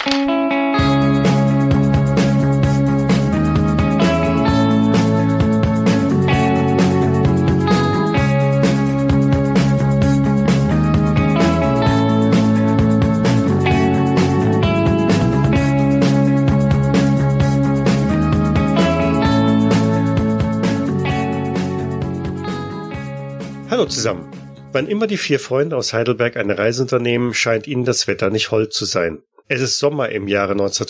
Hallo zusammen. Wann immer die 4 Freunde aus Heidelberg eine Reise unternehmen, scheint ihnen das Wetter nicht hold zu sein. Es ist Sommer im Jahre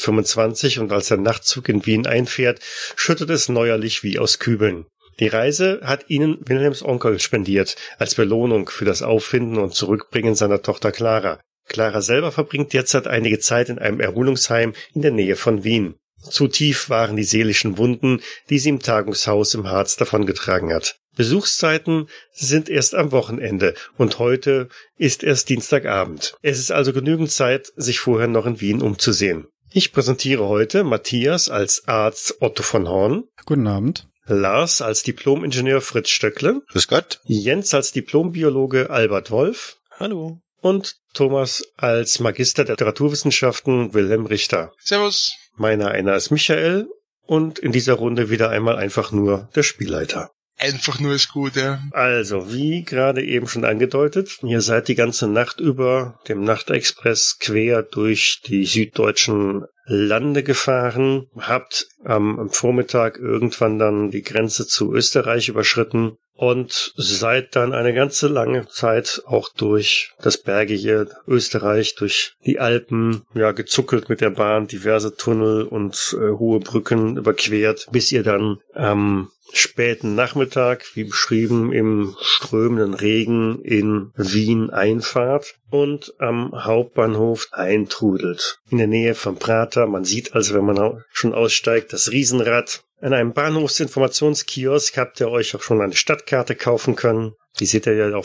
1925 und als der Nachtzug in Wien einfährt, schüttet es neuerlich wie aus Kübeln. Die Reise hat ihnen Wilhelms Onkel spendiert, als Belohnung für das Auffinden und Zurückbringen seiner Tochter Clara. Clara selber verbringt derzeit einige Zeit in einem Erholungsheim in der Nähe von Wien. Zu tief waren die seelischen Wunden, die sie im Tagungshaus im Harz davongetragen hat. Besuchszeiten sind erst am Wochenende und heute ist erst Dienstagabend. Es ist also genügend Zeit, sich vorher noch in Wien umzusehen. Ich präsentiere heute Matthias als Arzt Otto von Horn. Guten Abend. Lars als Diplom-Ingenieur Fritz Stöckle. Grüß Gott. Jens als Diplombiologe Albert Wolf. Hallo. Und Thomas als Magister der Literaturwissenschaften Wilhelm Richter. Servus. Meiner einer ist Michael und in dieser Runde wieder einmal einfach nur der Spielleiter. Einfach nur ist gut, ja. Also, wie gerade eben schon angedeutet, ihr seid die ganze Nacht über dem Nachtexpress quer durch die süddeutschen Lande gefahren, habt am Vormittag irgendwann dann die Grenze zu Österreich überschritten und seid dann eine ganze lange Zeit auch durch das bergige Österreich, durch die Alpen, gezuckelt mit der Bahn, diverse Tunnel und hohe Brücken überquert, bis ihr dann am späten Nachmittag, wie beschrieben, im strömenden Regen in Wien einfahrt und am Hauptbahnhof eintrudelt. In der Nähe vom Prater, man sieht also, wenn man schon aussteigt, das Riesenrad. An einem Bahnhofsinformationskiosk habt ihr euch auch schon eine Stadtkarte kaufen können. Die seht ihr ja auch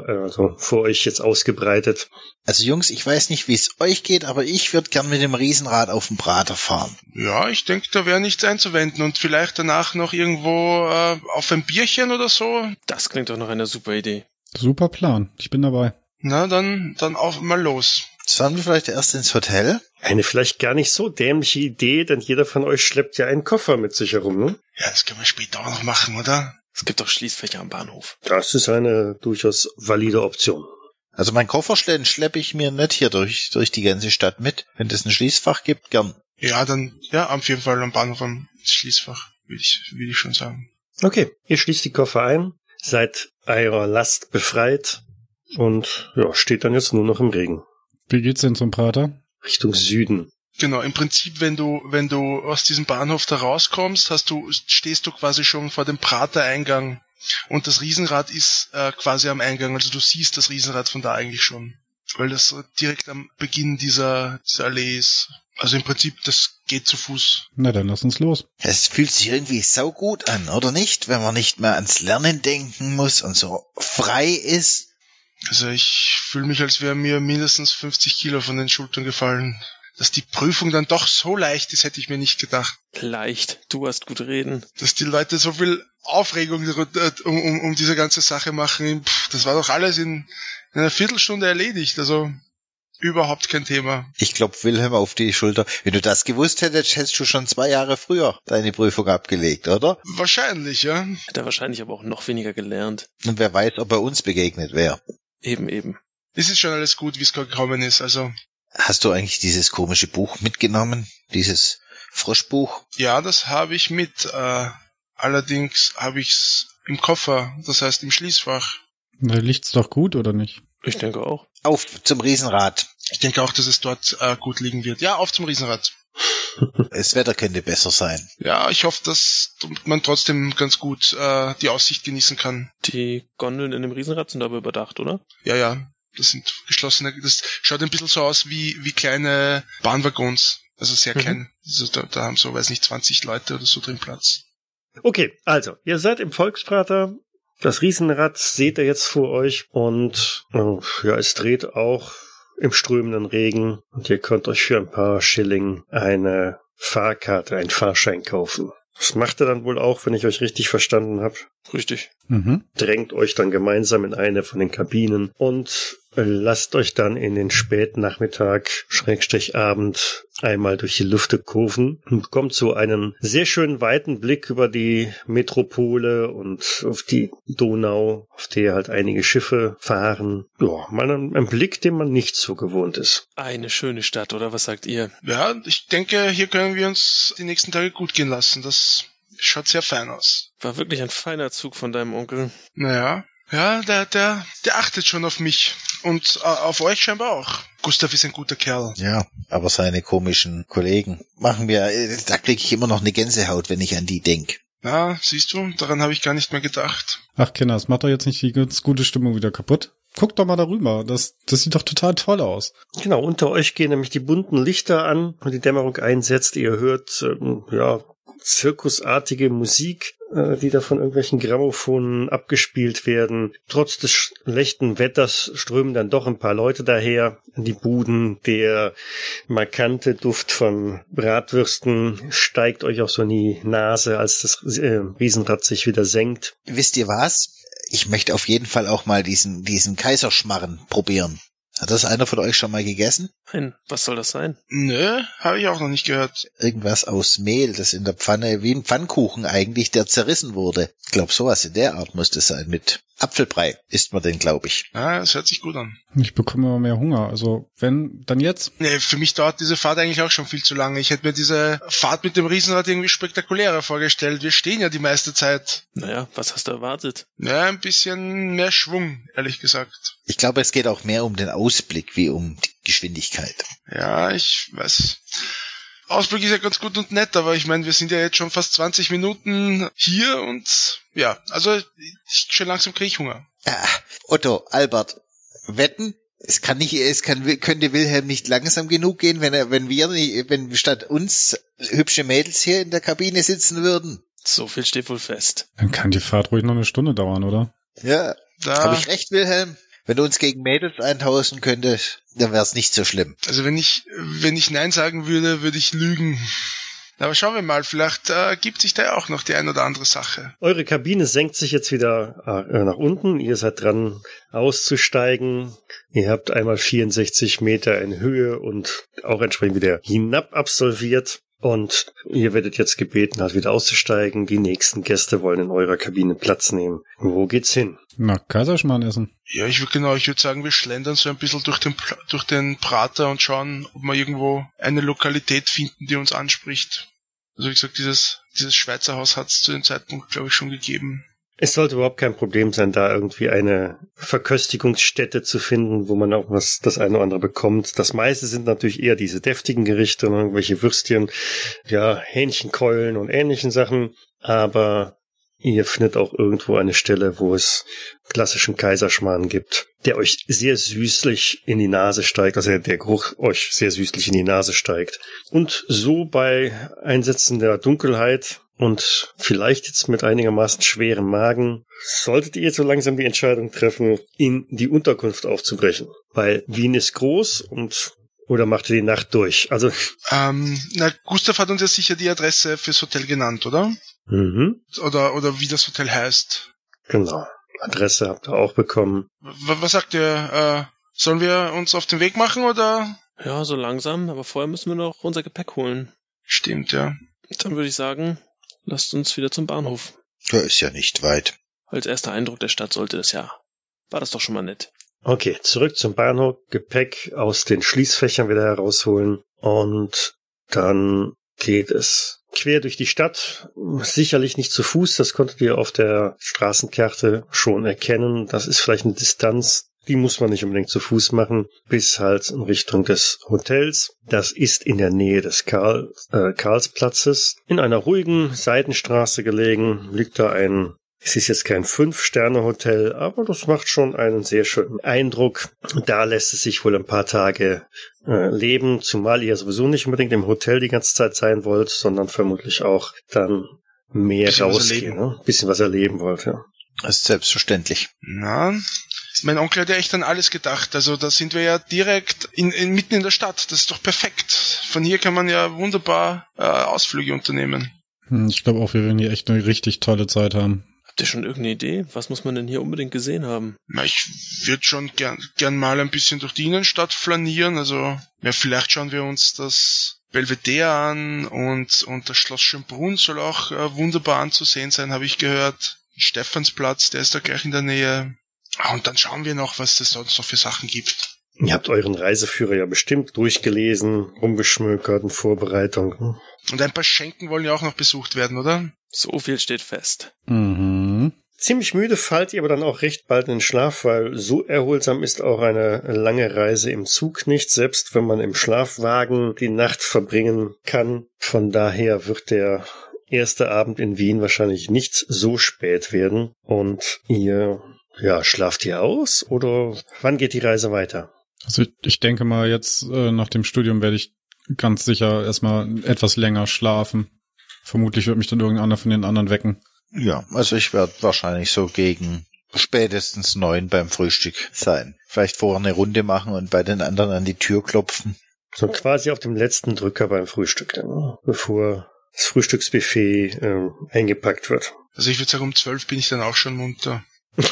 vor euch jetzt ausgebreitet. Also Jungs, ich weiß nicht, wie es euch geht, aber ich würde gern mit dem Riesenrad auf dem Prater fahren. Ja, ich denke, da wäre nichts einzuwenden und vielleicht danach noch irgendwo auf ein Bierchen oder so. Das klingt doch noch eine super Idee. Super Plan. Ich bin dabei. Na, dann auf mal los. Sollen wir vielleicht erst ins Hotel? Eine vielleicht gar nicht so dämliche Idee, denn jeder von euch schleppt ja einen Koffer mit sich herum, ne? Ja, das können wir später auch noch machen, oder? Es gibt doch Schließfächer am Bahnhof. Das ist eine durchaus valide Option. Also mein Kofferständen schleppe ich mir nicht hier durch die ganze Stadt mit. Wenn es ein Schließfach gibt, gern. Ja, dann, auf jeden Fall am Bahnhof am Schließfach, würde ich schon sagen. Okay, ihr schließt die Koffer ein, seid eurer Last befreit und steht dann jetzt nur noch im Regen. Wie geht's denn zum Prater? Richtung Süden. Genau, im Prinzip, wenn du aus diesem Bahnhof da rauskommst, stehst du quasi schon vor dem Prater-Eingang und das Riesenrad ist quasi am Eingang, also du siehst das Riesenrad von da eigentlich schon, weil das direkt am Beginn dieser Allee ist. Also im Prinzip, das geht zu Fuß. Na, dann lass uns los. Es fühlt sich irgendwie saugut an, oder nicht? Wenn man nicht mehr ans Lernen denken muss und so frei ist. Also ich fühle mich, als wären mir mindestens 50 Kilo von den Schultern gefallen. Dass die Prüfung dann doch so leicht ist, hätte ich mir nicht gedacht. Leicht, du hast gut reden. Dass die Leute so viel Aufregung um diese ganze Sache machen, das war doch alles in einer Viertelstunde erledigt, also überhaupt kein Thema. Ich klopf Wilhelm auf die Schulter. Wenn du das gewusst hättest, hättest du schon 2 Jahre früher deine Prüfung abgelegt, oder? Wahrscheinlich, ja. Hat er wahrscheinlich aber auch noch weniger gelernt. Und wer weiß, ob er uns begegnet wäre. Eben. Es ist schon alles gut, wie es gekommen ist, also. Hast du eigentlich dieses komische Buch mitgenommen? Dieses Froschbuch? Ja, das habe ich mit. Allerdings habe ich's im Koffer, das heißt im Schließfach. Da liegt's doch gut, oder nicht? Ich denke auch. Auf zum Riesenrad. Ich denke auch, dass es dort gut liegen wird. Ja, auf zum Riesenrad. Das Wetter könnte besser sein. Ja, ich hoffe, dass man trotzdem ganz gut die Aussicht genießen kann. Die Gondeln in dem Riesenrad sind aber überdacht, oder? Ja. Das sind geschlossene, das schaut ein bisschen so aus wie kleine Bahnwaggons. Also sehr klein. Also da haben so, 20 Leute oder so drin Platz. Okay, also, ihr seid im Volksprater. Das Riesenrad seht ihr jetzt vor euch und es dreht auch im strömenden Regen und ihr könnt euch für ein paar Schilling eine Fahrkarte, einen Fahrschein kaufen. Das macht ihr dann wohl auch, wenn ich euch richtig verstanden habe. Richtig. Drängt euch dann gemeinsam in eine von den Kabinen und lasst euch dann in den Spätnachmittag, Abend einmal durch die Lüfte kurven und bekommt so einen sehr schönen weiten Blick über die Metropole und auf die Donau, auf der halt einige Schiffe fahren. Ja, mal ein Blick, den man nicht so gewohnt ist. Eine schöne Stadt, oder was sagt ihr? Ja, ich denke, hier können wir uns die nächsten Tage gut gehen lassen. Das schaut sehr fein aus. War wirklich ein feiner Zug von deinem Onkel. Naja. Ja, der achtet schon auf mich. Und auf euch scheinbar auch. Gustav ist ein guter Kerl. Ja, aber seine komischen Kollegen da kriege ich immer noch eine Gänsehaut, wenn ich an die denke. Ja, siehst du, daran habe ich gar nicht mehr gedacht. Ach, Kinder, das macht doch jetzt nicht die ganz gute Stimmung wieder kaputt. Guckt doch mal darüber. Das sieht doch total toll aus. Genau, unter euch gehen nämlich die bunten Lichter an und die Dämmerung einsetzt. Ihr hört, zirkusartige Musik, die da von irgendwelchen Gramophonen abgespielt werden. Trotz des schlechten Wetters strömen dann doch ein paar Leute daher in die Buden. Der markante Duft von Bratwürsten steigt euch auch so in die Nase, als das Riesenrad sich wieder senkt. Wisst ihr was? Ich möchte auf jeden Fall auch mal diesen Kaiserschmarren probieren. Hat das einer von euch schon mal gegessen? Nein, was soll das sein? Nö, habe ich auch noch nicht gehört. Irgendwas aus Mehl, das in der Pfanne, wie ein Pfannkuchen eigentlich, der zerrissen wurde. Ich glaube, sowas in der Art muss das sein. Mit Apfelbrei isst man den, glaube ich. Ah, das hört sich gut an. Ich bekomme immer mehr Hunger. Also, wenn, dann jetzt? Nee, für mich dauert diese Fahrt eigentlich auch schon viel zu lange. Ich hätte mir diese Fahrt mit dem Riesenrad irgendwie spektakulärer vorgestellt. Wir stehen ja die meiste Zeit. Naja, was hast du erwartet? Ja, ein bisschen mehr Schwung, ehrlich gesagt. Ich glaube, es geht auch mehr um den Ausblick wie um die Geschwindigkeit. Ja, ich weiß. Ausblick ist ja ganz gut und nett, aber ich meine, wir sind ja jetzt schon fast 20 Minuten hier und ja, also schon langsam kriege ich Hunger. Otto, Albert, wetten? Könnte Wilhelm nicht langsam genug gehen, wenn statt uns hübsche Mädels hier in der Kabine sitzen würden? So viel steht wohl fest. Dann kann die Fahrt ruhig noch eine Stunde dauern, oder? Ja. Da, Habe ich recht, Wilhelm? Wenn du uns gegen Mädels eintauschen könntest, dann wäre es nicht so schlimm. also wenn ich Nein sagen würde, würde ich lügen. Aber schauen wir mal, vielleicht gibt sich da ja auch noch die ein oder andere Sache. Eure Kabine senkt sich jetzt wieder nach unten. Ihr seid dran auszusteigen. Ihr habt einmal 64 Meter in Höhe und auch entsprechend wieder hinab absolviert. Und ihr werdet jetzt gebeten, halt wieder auszusteigen. Die nächsten Gäste wollen in eurer Kabine Platz nehmen. Wo geht's hin? Na, Kaiserschmarrn essen. Ja, ich würde sagen, wir schlendern so ein bisschen durch den Prater und schauen, ob wir irgendwo eine Lokalität finden, die uns anspricht. Also wie gesagt, dieses Schweizer Haus hat es zu dem Zeitpunkt, glaube ich, schon gegeben. Es sollte überhaupt kein Problem sein, da irgendwie eine Verköstigungsstätte zu finden, wo man auch das eine oder andere bekommt. Das meiste sind natürlich eher diese deftigen Gerichte und irgendwelche Würstchen, ja, Hähnchenkeulen und ähnlichen Sachen. Aber ihr findet auch irgendwo eine Stelle, wo es klassischen Kaiserschmarrn gibt, der euch sehr süßlich in die Nase steigt, also der Geruch euch sehr süßlich in die Nase steigt. Und so bei Einsätzen der Dunkelheit und vielleicht jetzt mit einigermaßen schwerem Magen solltet ihr so langsam die Entscheidung treffen, in die Unterkunft aufzubrechen. Weil Wien ist groß oder macht ihr die Nacht durch? Also Gustav hat uns ja sicher die Adresse fürs Hotel genannt, oder? Mhm. Oder wie das Hotel heißt. Genau. Adresse habt ihr auch bekommen. Was sagt ihr? Sollen wir uns auf den Weg machen, oder? Ja, so langsam, aber vorher müssen wir noch unser Gepäck holen. Stimmt, ja. Dann würde ich sagen, lasst uns wieder zum Bahnhof. Ja, ist ja nicht weit. Als erster Eindruck der Stadt sollte das ja. War das doch schon mal nett. Okay, zurück zum Bahnhof, Gepäck aus den Schließfächern wieder herausholen und dann geht es quer durch die Stadt. Sicherlich nicht zu Fuß, das konntet ihr auf der Straßenkarte schon erkennen. Das ist vielleicht eine Distanz, die muss man nicht unbedingt zu Fuß machen, bis halt in Richtung des Hotels. Das ist in der Nähe des Karlsplatzes. In einer ruhigen Seitenstraße gelegen liegt da es ist jetzt kein 5-Sterne-Hotel, aber das macht schon einen sehr schönen Eindruck. Da lässt es sich wohl ein paar Tage leben, zumal ihr sowieso nicht unbedingt im Hotel die ganze Zeit sein wollt, sondern vermutlich auch dann mehr rausgehen, ne? Bisschen was erleben wollt, ja. Das ist selbstverständlich. Na, mein Onkel hat ja echt an alles gedacht. Also da sind wir ja direkt mitten in der Stadt. Das ist doch perfekt. Von hier kann man ja wunderbar Ausflüge unternehmen. Ich glaube auch, wir werden hier echt eine richtig tolle Zeit haben. Habt ihr schon irgendeine Idee? Was muss man denn hier unbedingt gesehen haben? Na, ich würde schon gern mal ein bisschen durch die Innenstadt flanieren. Also, ja, vielleicht schauen wir uns das Belvedere an und das Schloss Schönbrunn soll auch wunderbar anzusehen sein, habe ich gehört. Stephansplatz, der ist da gleich in der Nähe. Und dann schauen wir noch, was es sonst noch für Sachen gibt. Ihr habt euren Reiseführer ja bestimmt durchgelesen, rumgeschmökert in Vorbereitung. Und ein paar Schenken wollen ja auch noch besucht werden, oder? So viel steht fest. Mhm. Ziemlich müde fallt ihr aber dann auch recht bald in den Schlaf, weil so erholsam ist auch eine lange Reise im Zug nicht, selbst wenn man im Schlafwagen die Nacht verbringen kann. Von daher wird der erste Abend in Wien wahrscheinlich nicht so spät werden. Und ihr, schlaft ihr aus oder wann geht die Reise weiter? Also ich denke mal, jetzt nach dem Studium werde ich ganz sicher erstmal etwas länger schlafen. Vermutlich wird mich dann irgendeiner von den anderen wecken. Ja, also ich werde wahrscheinlich so gegen spätestens 9 beim Frühstück sein. Vielleicht vorher eine Runde machen und bei den anderen an die Tür klopfen. So quasi auf dem letzten Drücker beim Frühstück, bevor das Frühstücksbuffet eingepackt wird. Also ich würde sagen, um 12 bin ich dann auch schon munter.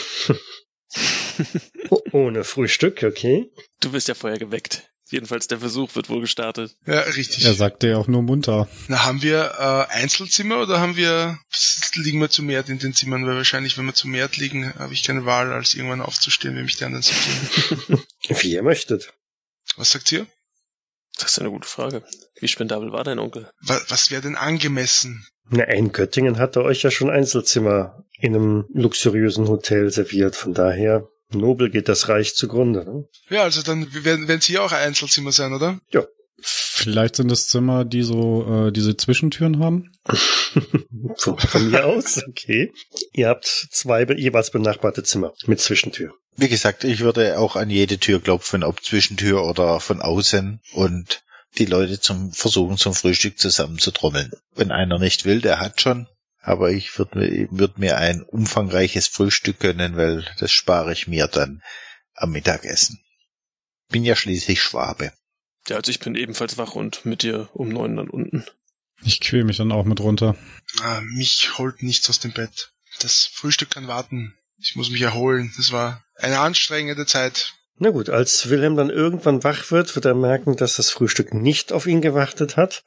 Ohne Frühstück, okay. Du wirst ja vorher geweckt. Jedenfalls der Versuch wird wohl gestartet. Ja, richtig. Er sagte ja auch nur munter. Na, haben wir Einzelzimmer oder liegen wir zu mehr in den Zimmern? Weil wahrscheinlich, wenn wir zu mehr liegen, habe ich keine Wahl, als irgendwann aufzustehen, wenn mich die anderen sortieren. Wie ihr möchtet. Was sagt ihr? Das ist eine gute Frage. Wie spendabel war dein Onkel? Was wäre denn angemessen? Na, in Göttingen hat er euch ja schon Einzelzimmer in einem luxuriösen Hotel serviert. Von daher, nobel geht das Reich zugrunde. Ne? Ja, also dann werden es hier auch Einzelzimmer sein, oder? Ja. Vielleicht sind es Zimmer, die so diese Zwischentüren haben. Von mir aus, okay. Ihr habt 2 jeweils benachbarte Zimmer mit Zwischentür. Wie gesagt, ich würde auch an jede Tür klopfen, ob Zwischentür oder von außen, und die Leute versuchen zum Frühstück zusammenzutrommeln. Wenn einer nicht will, der hat schon. Aber ich würde mir ein umfangreiches Frühstück gönnen, weil das spare ich mir dann am Mittagessen. Bin ja schließlich Schwabe. Ja, also ich bin ebenfalls wach und mit dir um 9 dann unten. Ich quäl mich dann auch mit runter. Mich holt nichts aus dem Bett. Das Frühstück kann warten. Ich muss mich erholen. Das war eine anstrengende Zeit. Na gut, als Wilhelm dann irgendwann wach wird er merken, dass das Frühstück nicht auf ihn gewartet hat.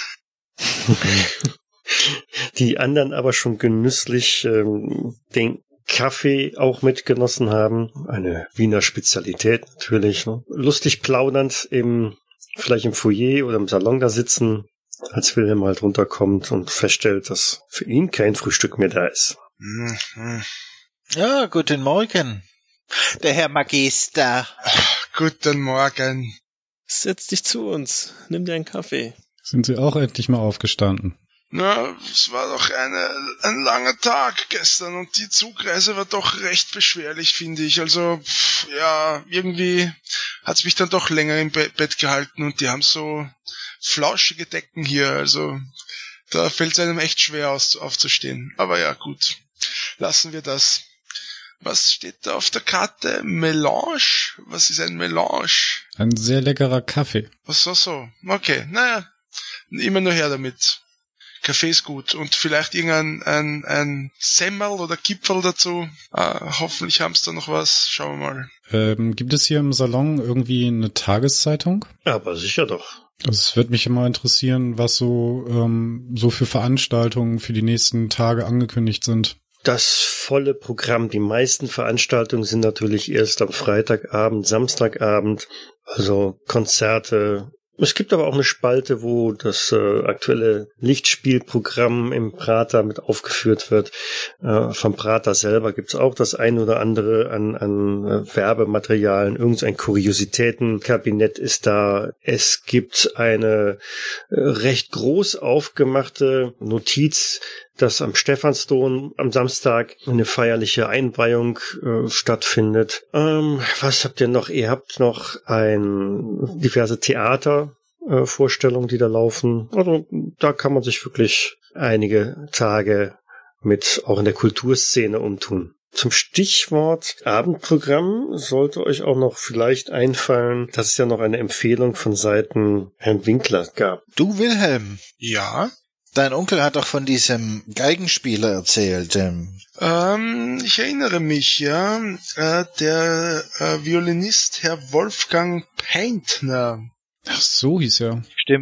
Die anderen aber schon genüsslich den Kaffee auch mitgenossen haben. Eine Wiener Spezialität natürlich. Ne? Lustig plaudernd vielleicht im Foyer oder im Salon da sitzen, als Wilhelm halt runterkommt und feststellt, dass für ihn kein Frühstück mehr da ist. Ja, guten Morgen. Der Herr Magister. Guten Morgen. Setz dich zu uns. Nimm dir einen Kaffee. Sind Sie auch endlich mal aufgestanden? Na, es war doch ein langer Tag gestern und die Zugreise war doch recht beschwerlich, finde ich. Also, irgendwie hat's mich dann doch länger im Bett gehalten und die haben so flauschige Decken hier. Also, da fällt's einem echt schwer aufzustehen. Aber ja, gut. Lassen wir das. Was steht da auf der Karte? Melange? Was ist ein Melange? Ein sehr leckerer Kaffee. Ach so. Okay, naja, immer nur her damit. Kaffee ist gut. Und vielleicht irgendein ein Semmel oder Kipferl dazu. Hoffentlich haben's da noch was. Schauen wir mal. Gibt es hier im Salon irgendwie eine Tageszeitung? Aber sicher doch. Es wird mich immer interessieren, was so für Veranstaltungen für die nächsten Tage angekündigt sind. Das volle Programm. Die meisten Veranstaltungen sind natürlich erst am Freitagabend, Samstagabend. Also Konzerte. Es gibt aber auch eine Spalte, wo das aktuelle Lichtspielprogramm im Prater mit aufgeführt wird. Vom Prater selber gibt's auch das ein oder andere an Werbematerialien. Irgendein Kuriositätenkabinett ist da. Es gibt eine recht groß aufgemachte Notiz, dass am Stephansdom am Samstag eine feierliche Einweihung stattfindet. Was habt ihr noch? Ihr habt noch diverse Theatervorstellungen, die da laufen. Also da kann man sich wirklich einige Tage mit auch in der Kulturszene umtun. Zum Stichwort Abendprogramm sollte euch auch noch vielleicht einfallen, dass es ja noch eine Empfehlung von Seiten Herrn Winkler gab. Du, Wilhelm. Ja? Dein Onkel hat doch von diesem Geigenspieler erzählt. Ich erinnere mich, ja. Der Violinist Herr Wolfgang Peintner. Ach, so hieß er.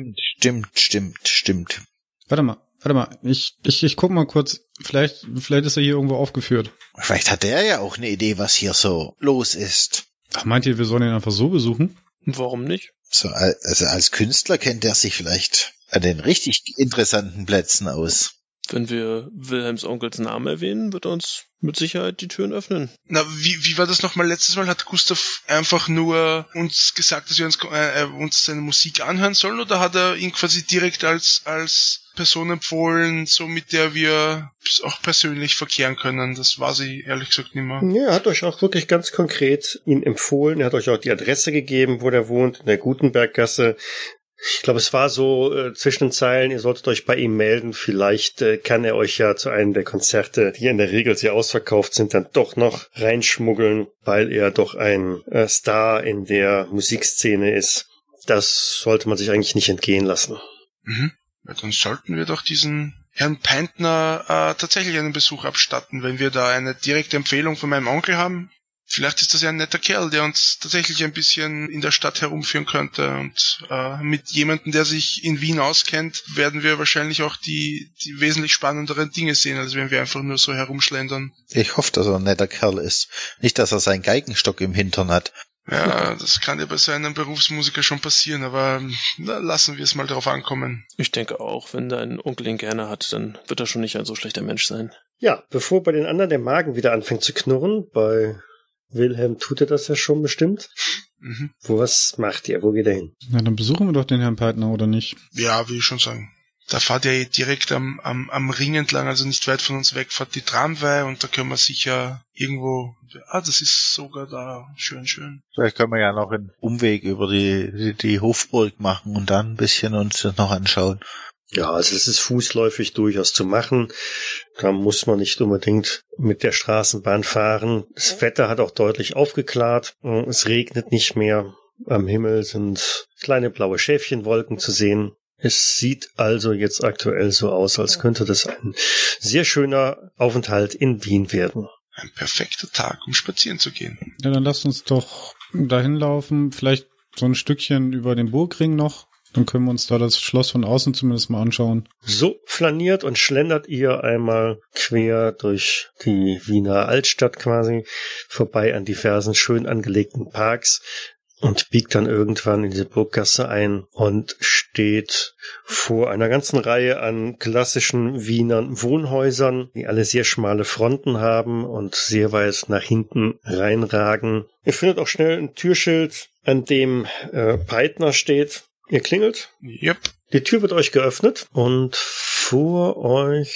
Stimmt. Warte mal. Ich guck mal kurz. Vielleicht ist er hier irgendwo aufgeführt. Vielleicht hat der ja auch eine Idee, was hier so los ist. Ach, meint ihr, wir sollen ihn einfach so besuchen? Warum nicht? So, also als Künstler kennt er sich vielleicht an den richtig interessanten Plätzen aus. Wenn wir Wilhelms Onkels Namen erwähnen, wird er uns mit Sicherheit die Türen öffnen. Na, wie war das nochmal? Letztes Mal hat Gustav einfach nur uns gesagt, dass wir uns seine Musik anhören sollen, oder hat er ihn quasi direkt als Person empfohlen, so mit der wir auch persönlich verkehren können? Das war sie ehrlich gesagt nicht mehr. Ja, er hat euch auch wirklich ganz konkret ihn empfohlen. Er hat euch auch die Adresse gegeben, wo der wohnt, in der Gutenberggasse. Ich glaube, es war so zwischen den Zeilen, ihr solltet euch bei ihm melden. Vielleicht kann er euch ja zu einem der Konzerte, die in der Regel sehr ausverkauft sind, dann doch noch reinschmuggeln, weil er doch ein Star in der Musikszene ist. Das sollte man sich eigentlich nicht entgehen lassen. Mhm. Ja, dann sollten wir doch diesen Herrn Peintner tatsächlich einen Besuch abstatten, wenn wir da eine direkte Empfehlung von meinem Onkel haben. Vielleicht ist das ja ein netter Kerl, der uns tatsächlich ein bisschen in der Stadt herumführen könnte. Und mit jemandem, der sich in Wien auskennt, werden wir wahrscheinlich auch die wesentlich spannenderen Dinge sehen, als wenn wir einfach nur so herumschlendern. Ich hoffe, dass er ein netter Kerl ist. Nicht, dass er seinen Geigenstock im Hintern hat. Ja, das kann ja bei so einem Berufsmusiker schon passieren, aber lassen wir es mal darauf ankommen. Ich denke auch, wenn dein Onkel ihn gerne hat, dann wird er schon nicht ein so schlechter Mensch sein. Ja, bevor bei den anderen der Magen wieder anfängt zu knurren, bei Wilhelm tut er das ja schon bestimmt. Mhm. Was macht ihr? Wo geht er hin? Na, dann besuchen wir doch den Herrn Peitner, oder nicht? Ja, will ich schon sagen. Da fahrt ja direkt am Ring entlang, also nicht weit von uns weg, fährt die Tramway und da können wir sicher irgendwo... das ist sogar da. Schön. Vielleicht können wir ja noch einen Umweg über die Hofburg machen und dann ein bisschen uns das noch anschauen. Ja, also es ist fußläufig durchaus zu machen. Da muss man nicht unbedingt mit der Straßenbahn fahren. Das Wetter hat auch deutlich aufgeklart. Es regnet nicht mehr. Am Himmel sind kleine blaue Schäfchenwolken zu sehen. Es sieht also jetzt aktuell so aus, als könnte das ein sehr schöner Aufenthalt in Wien werden. Ein perfekter Tag, um spazieren zu gehen. Ja, dann lasst uns doch dahin laufen. Vielleicht so ein Stückchen über den Burgring noch. Dann können wir uns da das Schloss von außen zumindest mal anschauen. So flaniert und schlendert ihr einmal quer durch die Wiener Altstadt quasi, vorbei an diversen schön angelegten Parks und biegt dann irgendwann in diese Burggasse ein und steht vor einer ganzen Reihe an klassischen Wiener Wohnhäusern, die alle sehr schmale Fronten haben und sehr weit nach hinten reinragen. Ihr findet auch schnell ein Türschild, an dem Peitner steht. Ihr klingelt. Yep. Die Tür wird euch geöffnet und vor euch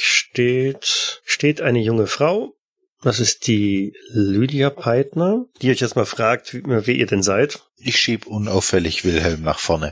steht eine junge Frau. Das ist die Lydia Peitner, die euch erstmal fragt, wer ihr denn seid. Ich schieb unauffällig Wilhelm nach vorne.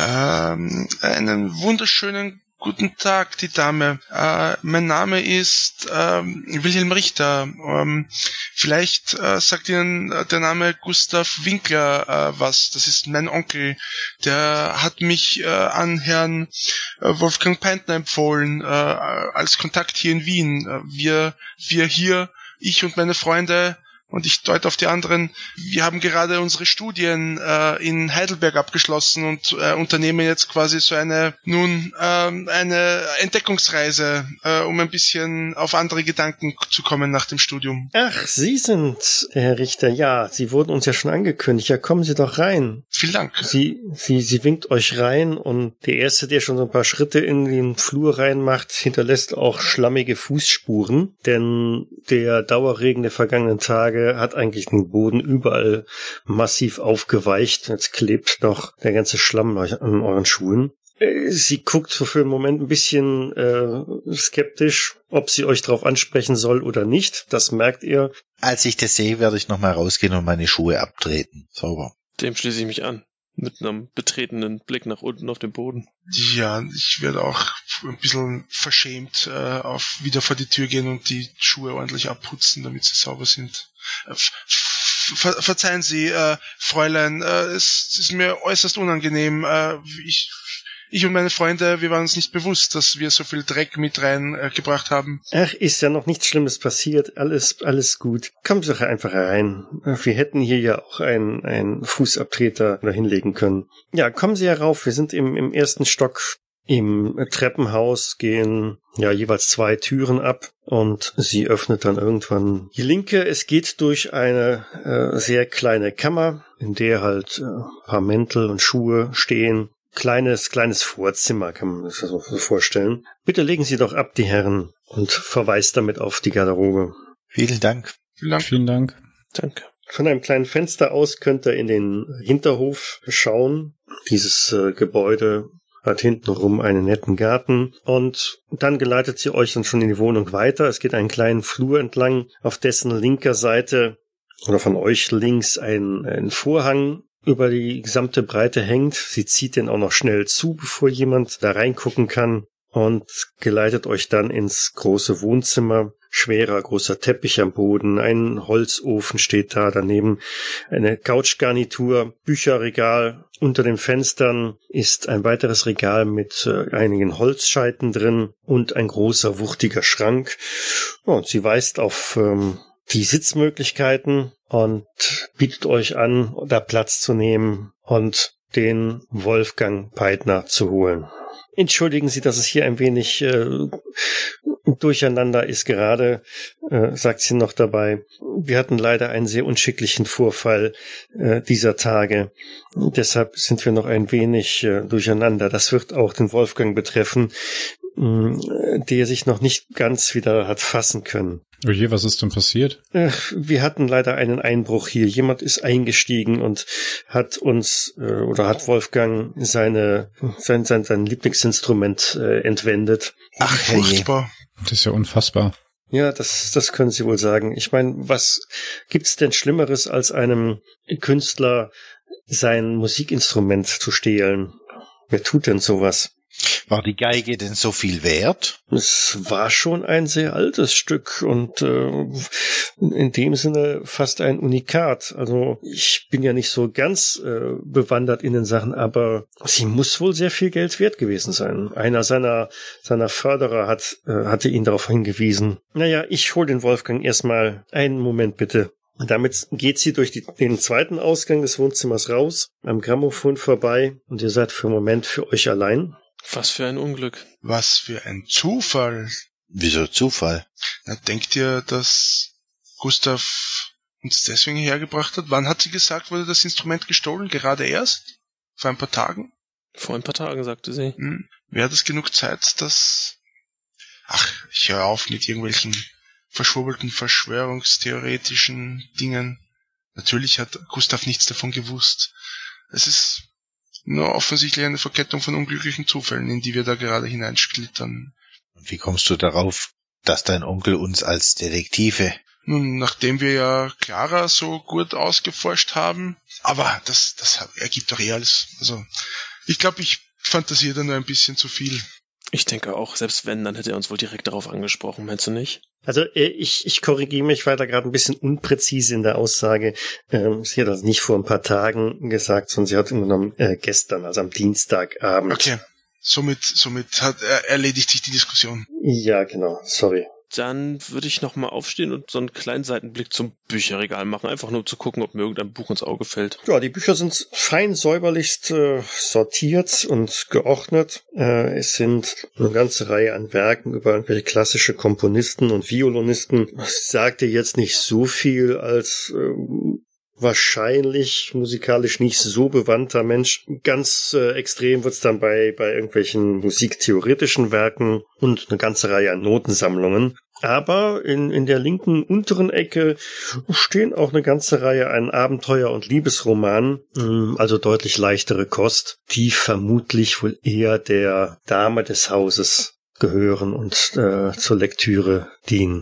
Einen wunderschönen guten Tag, die Dame. Mein Name ist Wilhelm Richter. Vielleicht sagt Ihnen der Name Gustav Winkler was. Das ist mein Onkel. Der hat mich an Herrn Wolfgang Peintner empfohlen als Kontakt hier in Wien. Wir hier, ich und meine Freunde, und ich deute auf die anderen, wir haben gerade unsere Studien in Heidelberg abgeschlossen und unternehmen jetzt quasi so eine Entdeckungsreise, um ein bisschen auf andere Gedanken zu kommen nach dem Studium. Ach, Sie sind Herr Richter. Ja, Sie wurden uns ja schon angekündigt. Ja, kommen Sie doch rein. Vielen Dank. Sie winkt euch rein und der Erste, der schon so ein paar Schritte in den Flur reinmacht, hinterlässt auch schlammige Fußspuren, denn der Dauerregen der vergangenen Tage hat eigentlich den Boden überall massiv aufgeweicht. Jetzt klebt noch der ganze Schlamm an euren Schuhen. Sie guckt so für einen Moment ein bisschen skeptisch, ob sie euch darauf ansprechen soll oder nicht. Das merkt ihr. Als ich das sehe, werde ich nochmal rausgehen und meine Schuhe abtreten. Sauber. Dem schließe ich mich an. Mit einem betretenen Blick nach unten auf den Boden. Ja, ich werde auch ein bisschen verschämt wieder vor die Tür gehen und die Schuhe ordentlich abputzen, damit sie sauber sind. Verzeihen Sie, Fräulein, es ist mir äußerst unangenehm. Ich und meine Freunde, wir waren uns nicht bewusst, dass wir so viel Dreck mit reingebracht haben. Ach, ist ja noch nichts Schlimmes passiert. Alles gut. Kommen Sie doch einfach herein. Wir hätten hier ja auch einen Fußabtreter hinlegen können. Ja, kommen Sie herauf. Wir sind im ersten Stock. Im Treppenhaus gehen ja jeweils 2 Türen ab und sie öffnet dann irgendwann die linke. Es geht durch eine sehr kleine Kammer, in der halt ein paar Mäntel und Schuhe stehen. Kleines Vorzimmer, kann man sich das so vorstellen. Bitte legen Sie doch ab, die Herren, und verweist damit auf die Garderobe. Vielen Dank. Vielen Dank. Danke. Von einem kleinen Fenster aus könnt ihr in den Hinterhof schauen. Dieses Gebäude hat hintenrum einen netten Garten und dann geleitet sie euch dann schon in die Wohnung weiter. Es geht einen kleinen Flur entlang, auf dessen linker Seite oder von euch links ein Vorhang über die gesamte Breite hängt. Sie zieht den auch noch schnell zu, bevor jemand da reingucken kann und geleitet euch dann ins große Wohnzimmer. Schwerer, großer Teppich am Boden, ein Holzofen steht da, daneben eine Couchgarnitur, Bücherregal. Unter den Fenstern ist ein weiteres Regal mit einigen Holzscheiten drin und ein großer, wuchtiger Schrank. Und sie weist auf die Sitzmöglichkeiten und bietet euch an, da Platz zu nehmen und den Wolfgang Peitner zu holen. Entschuldigen Sie, dass es hier ein wenig durcheinander ist gerade, sagt sie noch dabei. Wir hatten leider einen sehr unschicklichen Vorfall dieser Tage. Deshalb sind wir noch ein wenig durcheinander. Das wird auch den Wolfgang betreffen, der sich noch nicht ganz wieder hat fassen können. Oh je, was ist denn passiert? Wir hatten leider einen Einbruch hier. Jemand ist eingestiegen und hat uns hat Wolfgang sein Lieblingsinstrument entwendet. Ach, Furchtbar. Das ist ja unfassbar. Ja, das können Sie wohl sagen. Ich meine, was gibt's denn Schlimmeres, als einem Künstler sein Musikinstrument zu stehlen? Wer tut denn sowas? War die Geige denn so viel wert? Es war schon ein sehr altes Stück und in dem Sinne fast ein Unikat. Also ich bin ja nicht so ganz bewandert in den Sachen, aber sie muss wohl sehr viel Geld wert gewesen sein. Einer seiner Förderer hatte ihn darauf hingewiesen. Naja, ich hol den Wolfgang erstmal. Einen Moment bitte. Damit geht sie durch den zweiten Ausgang des Wohnzimmers raus, am Grammophon vorbei und ihr seid für einen Moment für euch allein. Was für ein Unglück. Was für ein Zufall. Wieso Zufall? Na, denkt ihr, dass Gustav uns deswegen hergebracht hat? Wann hat sie gesagt, wurde das Instrument gestohlen? Gerade erst? Vor ein paar Tagen? Vor ein paar Tagen, sagte sie. Wäre das genug Zeit, dass... Ach, ich höre auf mit irgendwelchen verschwurbelten, verschwörungstheoretischen Dingen. Natürlich hat Gustav nichts davon gewusst. Es ist nur offensichtlich eine Verkettung von unglücklichen Zufällen, in die wir da gerade hineinschlittern. Und wie kommst du darauf, dass dein Onkel uns als Detektive... Nun, nachdem wir ja Clara so gut ausgeforscht haben, aber das ergibt doch alles. Also, ich glaube, ich fantasiere da nur ein bisschen zu viel. Ich denke auch, selbst wenn, dann hätte er uns wohl direkt darauf angesprochen, meinst du nicht? Also ich korrigiere mich weiter gerade ein bisschen unpräzise in der Aussage. Sie hat das nicht vor ein paar Tagen gesagt, sondern sie hat im Grunde genommen gestern, also am Dienstagabend. Okay, somit hat erledigt sich die Diskussion. Ja, genau, sorry. Dann würde ich nochmal aufstehen und so einen kleinen Seitenblick zum Bücherregal machen, einfach nur um zu gucken, ob mir irgendein Buch ins Auge fällt. Ja, die Bücher sind fein säuberlichst sortiert und geordnet. Es sind eine ganze Reihe an Werken über irgendwelche klassische Komponisten und Violinisten. Das sagte jetzt nicht so viel als wahrscheinlich musikalisch nicht so bewandter Mensch. Ganz extrem wird's dann bei irgendwelchen musiktheoretischen Werken und eine ganze Reihe an Notensammlungen. Aber in der linken unteren Ecke stehen auch eine ganze Reihe an Abenteuer- und Liebesromanen, also deutlich leichtere Kost, die vermutlich wohl eher der Dame des Hauses gehören und zur Lektüre dienen.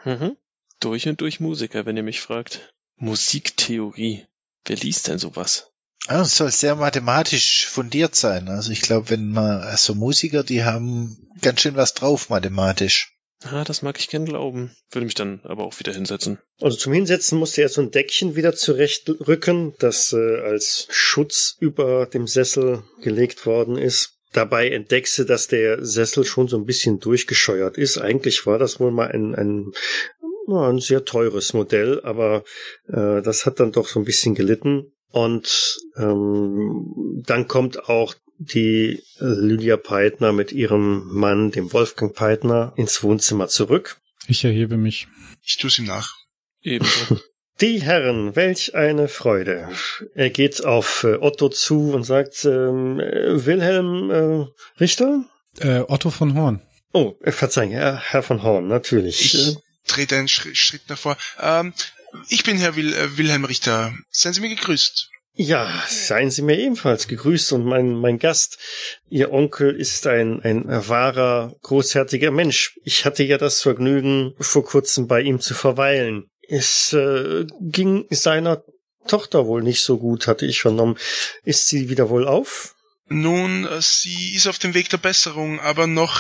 Durch und durch Musiker, wenn ihr mich fragt. Musiktheorie. Wer liest denn sowas? Ja, es soll sehr mathematisch fundiert sein. Also ich glaube, wenn man so Musiker, die haben ganz schön was drauf mathematisch. Das mag ich gern glauben. Würde mich dann aber auch wieder hinsetzen. Also zum Hinsetzen musste er so ein Deckchen wieder zurechtrücken, das als Schutz über dem Sessel gelegt worden ist. dabei entdeckst du, dass der Sessel schon so ein bisschen durchgescheuert ist. Eigentlich war das wohl mal ein sehr teures Modell, aber das hat dann doch so ein bisschen gelitten. Und dann kommt auch die Lydia Peitner mit ihrem Mann, dem Wolfgang Peitner, ins Wohnzimmer zurück. Ich erhebe mich. Ich tu's ihm nach. Ebenso. Die Herren, welch eine Freude. Er geht auf Otto zu und sagt, Wilhelm Richter? Otto von Horn. Oh, verzeihen, Herr von Horn, natürlich. Ich trete einen Schritt nach vor. Ich bin Herr Wilhelm Richter. Seien Sie mir gegrüßt. Ja, seien Sie mir ebenfalls gegrüßt und mein Gast, Ihr Onkel, ist ein wahrer, großherziger Mensch. Ich hatte ja das Vergnügen, vor kurzem bei ihm zu verweilen. Es ging seiner Tochter wohl nicht so gut, hatte ich vernommen. Ist sie wieder wohl auf? Nun, sie ist auf dem Weg der Besserung, aber noch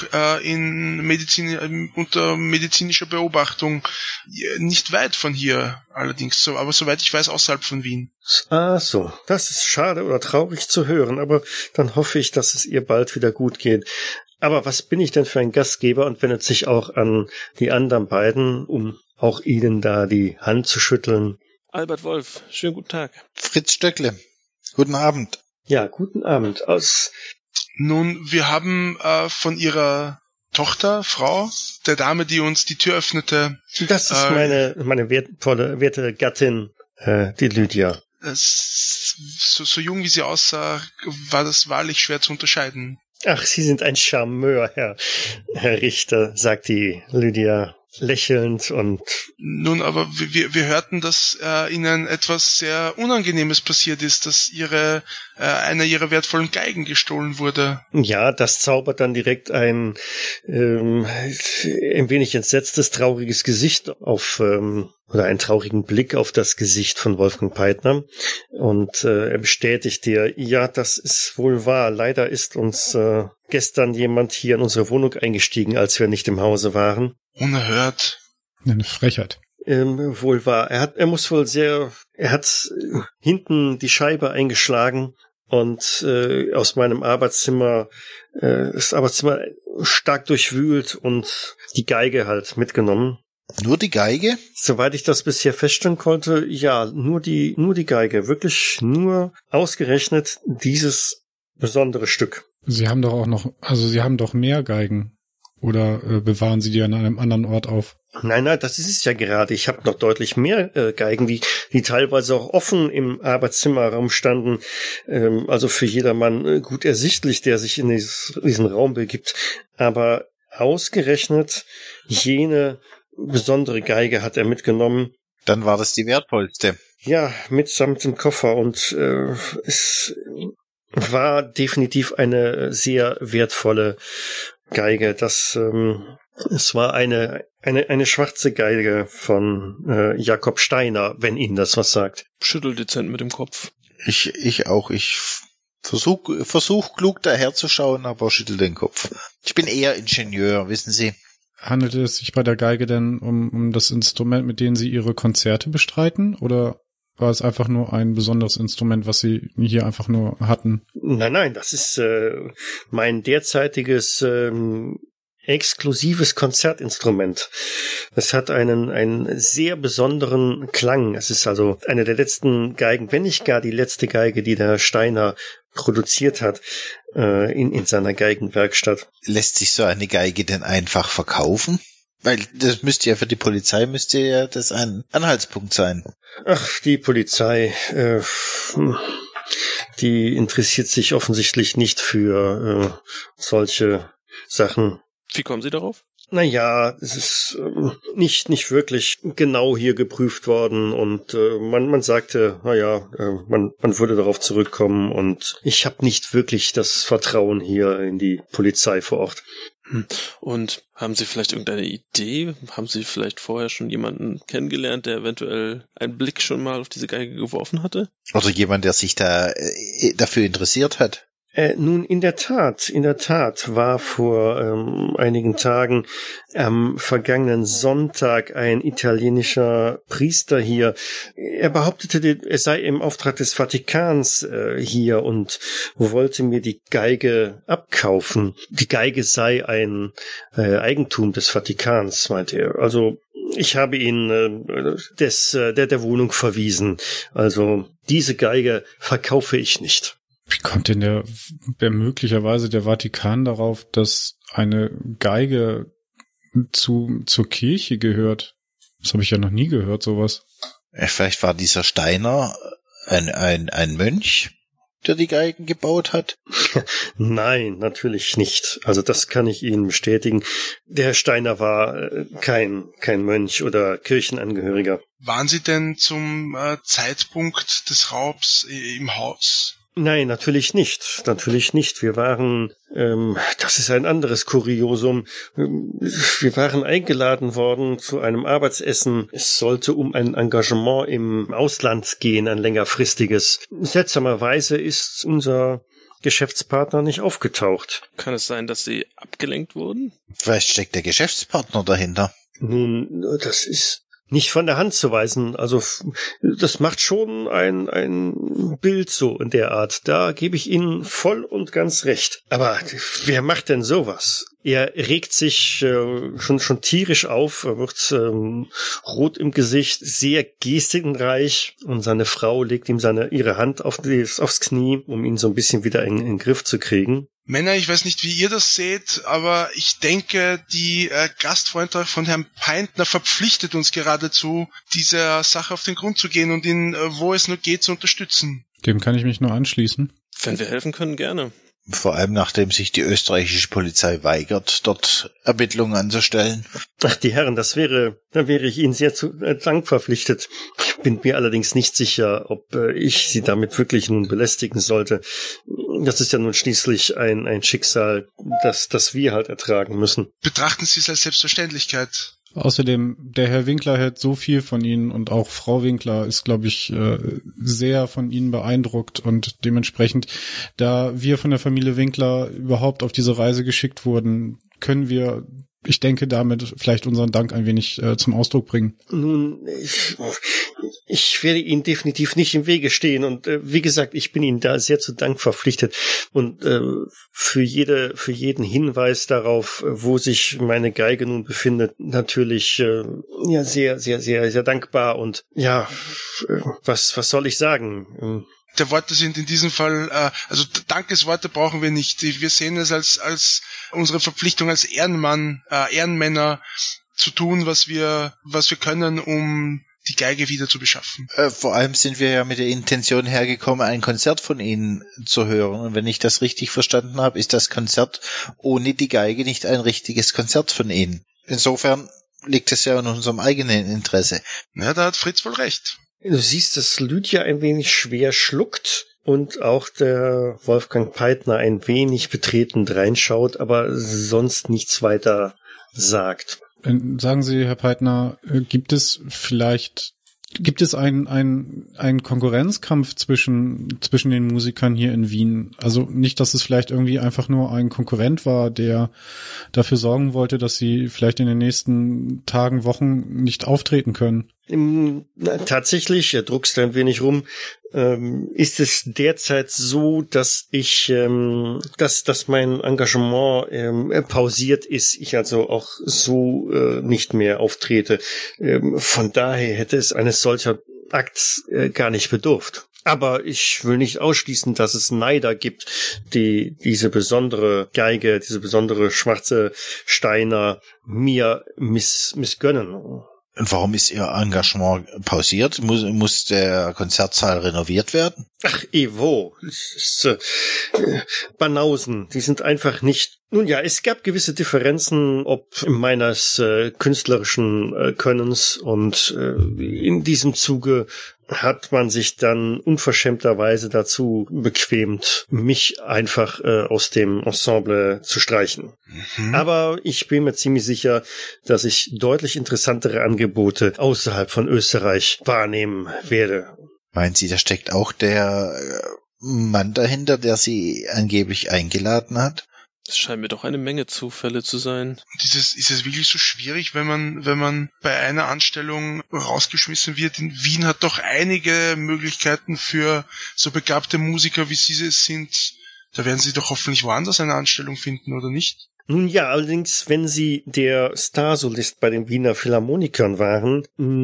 unter medizinischer Beobachtung. Nicht weit von hier allerdings, aber soweit ich weiß, außerhalb von Wien. Ah, so. Das ist schade oder traurig zu hören, aber dann hoffe ich, dass es ihr bald wieder gut geht. Aber was bin ich denn für ein Gastgeber und wendet sich auch an die anderen beiden, um auch ihnen da die Hand zu schütteln. Albert Wolf, schönen guten Tag. Fritz Stöckle, guten Abend. Ja, guten Abend. Nun, wir haben von ihrer Tochter, Frau, der Dame, die uns die Tür öffnete. Das ist meine werte Gattin, die Lydia. So jung wie sie aussah, war das wahrlich schwer zu unterscheiden. Ach, Sie sind ein Charmeur, Herr Richter, sagt die Lydia lächelnd und... Nun, aber wir hörten, dass Ihnen etwas sehr Unangenehmes passiert ist, dass einer Ihrer wertvollen Geigen gestohlen wurde. Ja, das zaubert dann direkt ein wenig entsetztes, trauriges Gesicht auf... oder einen traurigen Blick auf das Gesicht von Wolfgang Peitner. Und er bestätigt dir, ja, das ist wohl wahr. Leider ist uns gestern jemand hier in unsere Wohnung eingestiegen, als wir nicht im Hause waren. Unerhört. Eine Frechheit. Wohl wahr. Er hat hinten die Scheibe eingeschlagen und aus meinem Arbeitszimmer, das Arbeitszimmer stark durchwühlt und die Geige halt mitgenommen. Nur die Geige? Soweit ich das bisher feststellen konnte, ja, nur die Geige. Wirklich nur ausgerechnet dieses besondere Stück. Sie haben doch mehr Geigen. Oder bewahren Sie die an einem anderen Ort auf? Nein, das ist es ja gerade. Ich habe noch deutlich mehr Geigen, die teilweise auch offen im Arbeitszimmerraum standen. Also für jedermann gut ersichtlich, der sich in diesen Raum begibt. Aber ausgerechnet jene besondere Geige hat er mitgenommen. Dann war das die wertvollste. Ja, mitsamt dem Koffer und es war definitiv eine sehr wertvolle Geige. Es war eine schwarze Geige von Jakob Steiner, wenn Ihnen das was sagt. Schüttel dezent mit dem Kopf. Ich auch. Ich versuch klug daherzuschauen, aber schüttel den Kopf. Ich bin eher Ingenieur, wissen Sie. Handelt es sich bei der Geige denn um das Instrument, mit dem Sie Ihre Konzerte bestreiten? Oder war es einfach nur ein besonderes Instrument, was Sie hier einfach nur hatten? Nein, das ist mein derzeitiges exklusives Konzertinstrument. Es hat einen sehr besonderen Klang. Es ist also eine der letzten Geigen, wenn nicht gar die letzte Geige, die der Steiner produziert hat in seiner Geigenwerkstatt. Lässt sich so eine Geige denn einfach verkaufen? Weil das müsste ja für die Polizei das ein Anhaltspunkt sein. Ach, die Polizei, die interessiert sich offensichtlich nicht für solche Sachen. Wie kommen Sie darauf? Naja, es ist nicht wirklich genau hier geprüft worden und man sagte, man würde darauf zurückkommen und ich habe nicht wirklich das Vertrauen hier in die Polizei vor Ort. Und haben Sie vielleicht irgendeine Idee? Haben Sie vielleicht vorher schon jemanden kennengelernt, der eventuell einen Blick schon mal auf diese Geige geworfen hatte? Oder jemand, der sich dafür interessiert hat? Nun, in der Tat war vor einigen Tagen am vergangenen Sonntag ein italienischer Priester hier. Er behauptete, er sei im Auftrag des Vatikans hier und wollte mir die Geige abkaufen. Die Geige sei ein Eigentum des Vatikans, meinte er. Also ich habe ihn der Wohnung verwiesen. Also diese Geige verkaufe ich nicht. Wie kommt denn der möglicherweise der Vatikan darauf, dass eine Geige zur Kirche gehört? Das habe ich ja noch nie gehört, sowas. Vielleicht war dieser Steiner ein Mönch, der die Geigen gebaut hat? Nein, natürlich nicht. Also das kann ich Ihnen bestätigen. Der Herr Steiner war kein Mönch oder Kirchenangehöriger. Waren Sie denn zum Zeitpunkt des Raubs im Haus? Nein, natürlich nicht. Natürlich nicht. Wir waren, das ist ein anderes Kuriosum, wir waren eingeladen worden zu einem Arbeitsessen. Es sollte um ein Engagement im Ausland gehen, ein längerfristiges. Seltsamerweise ist unser Geschäftspartner nicht aufgetaucht. Kann es sein, dass Sie abgelenkt wurden? Vielleicht steckt der Geschäftspartner dahinter. Nun, das ist nicht von der Hand zu weisen. Also das macht schon ein Bild so in der Art. Da gebe ich Ihnen voll und ganz recht. Aber wer macht denn sowas? Er regt sich schon tierisch auf, er wird rot im Gesicht, sehr gestikenreich und seine Frau legt ihm ihre Hand aufs Knie, um ihn so ein bisschen wieder in den Griff zu kriegen. Männer, ich weiß nicht, wie ihr das seht, aber ich denke, die Gastfreundschaft von Herrn Peintner verpflichtet uns geradezu, dieser Sache auf den Grund zu gehen und ihn, wo es nur geht, zu unterstützen. Dem kann ich mich nur anschließen. Wenn wir helfen können, gerne. Vor allem, nachdem sich die österreichische Polizei weigert, dort Ermittlungen anzustellen. Ach, die Herren, da wäre ich Ihnen sehr zu Dank verpflichtet. Ich bin mir allerdings nicht sicher, ob ich Sie damit wirklich nun belästigen sollte. Das ist ja nun schließlich ein Schicksal, das wir halt ertragen müssen. Betrachten Sie es als Selbstverständlichkeit. Außerdem, der Herr Winkler hält so viel von Ihnen und auch Frau Winkler ist, glaube ich, sehr von Ihnen beeindruckt und dementsprechend, da wir von der Familie Winkler überhaupt auf diese Reise geschickt wurden, können wir, ich denke, damit vielleicht unseren Dank ein wenig zum Ausdruck bringen. Nun, ich werde Ihnen definitiv nicht im Wege stehen und wie gesagt, ich bin Ihnen da sehr zu Dank verpflichtet und für jeden Hinweis darauf, wo sich meine Geige nun befindet, natürlich ja sehr, sehr, sehr, sehr dankbar und ja, was soll ich sagen? Der Worte sind in diesem Fall, also Dankesworte brauchen wir nicht. Wir sehen es als unsere Verpflichtung als Ehrenmänner zu tun, was wir können, um die Geige wieder zu beschaffen. Vor allem sind wir ja mit der Intention hergekommen, ein Konzert von Ihnen zu hören. Und wenn ich das richtig verstanden habe, ist das Konzert ohne die Geige nicht ein richtiges Konzert von Ihnen. Insofern liegt es ja in unserem eigenen Interesse. Ja, da hat Fritz wohl recht. Du siehst, dass Lydia ein wenig schwer schluckt und auch der Wolfgang Peitner ein wenig betreten reinschaut, aber sonst nichts weiter sagt. Sagen Sie, Herr Peitner, gibt es einen Konkurrenzkampf zwischen den Musikern hier in Wien? Also nicht, dass es vielleicht irgendwie einfach nur ein Konkurrent war, der dafür sorgen wollte, dass Sie vielleicht in den nächsten Tagen, Wochen nicht auftreten können? Tatsächlich, er druckst ein wenig rum, ist es derzeit so, dass dass mein Engagement pausiert ist, ich also auch so nicht mehr auftrete. Von daher hätte es eines solcher Akts gar nicht bedurft. Aber ich will nicht ausschließen, dass es Neider gibt, die diese besondere Geige, diese besondere schwarze Steiner mir missgönnen. Und warum ist Ihr Engagement pausiert? Muss der Konzertsaal renoviert werden? Ach, Evo, das ist Banausen, die sind einfach nicht... Nun ja, es gab gewisse Differenzen, ob meines künstlerischen Könnens und in diesem Zuge hat man sich dann unverschämterweise dazu bequemt, mich einfach aus dem Ensemble zu streichen. Mhm. Aber ich bin mir ziemlich sicher, dass ich deutlich interessantere Angebote außerhalb von Österreich wahrnehmen werde. Meinen Sie, da steckt auch der Mann dahinter, der sie angeblich eingeladen hat? Das scheint mir doch eine Menge Zufälle zu sein. Ist es wirklich so schwierig, wenn man bei einer Anstellung rausgeschmissen wird? In Wien hat doch einige Möglichkeiten für so begabte Musiker, wie Sie es sind. Da werden Sie doch hoffentlich woanders eine Anstellung finden, oder nicht? Nun ja, allerdings, wenn Sie der Starsolist bei den Wiener Philharmonikern waren,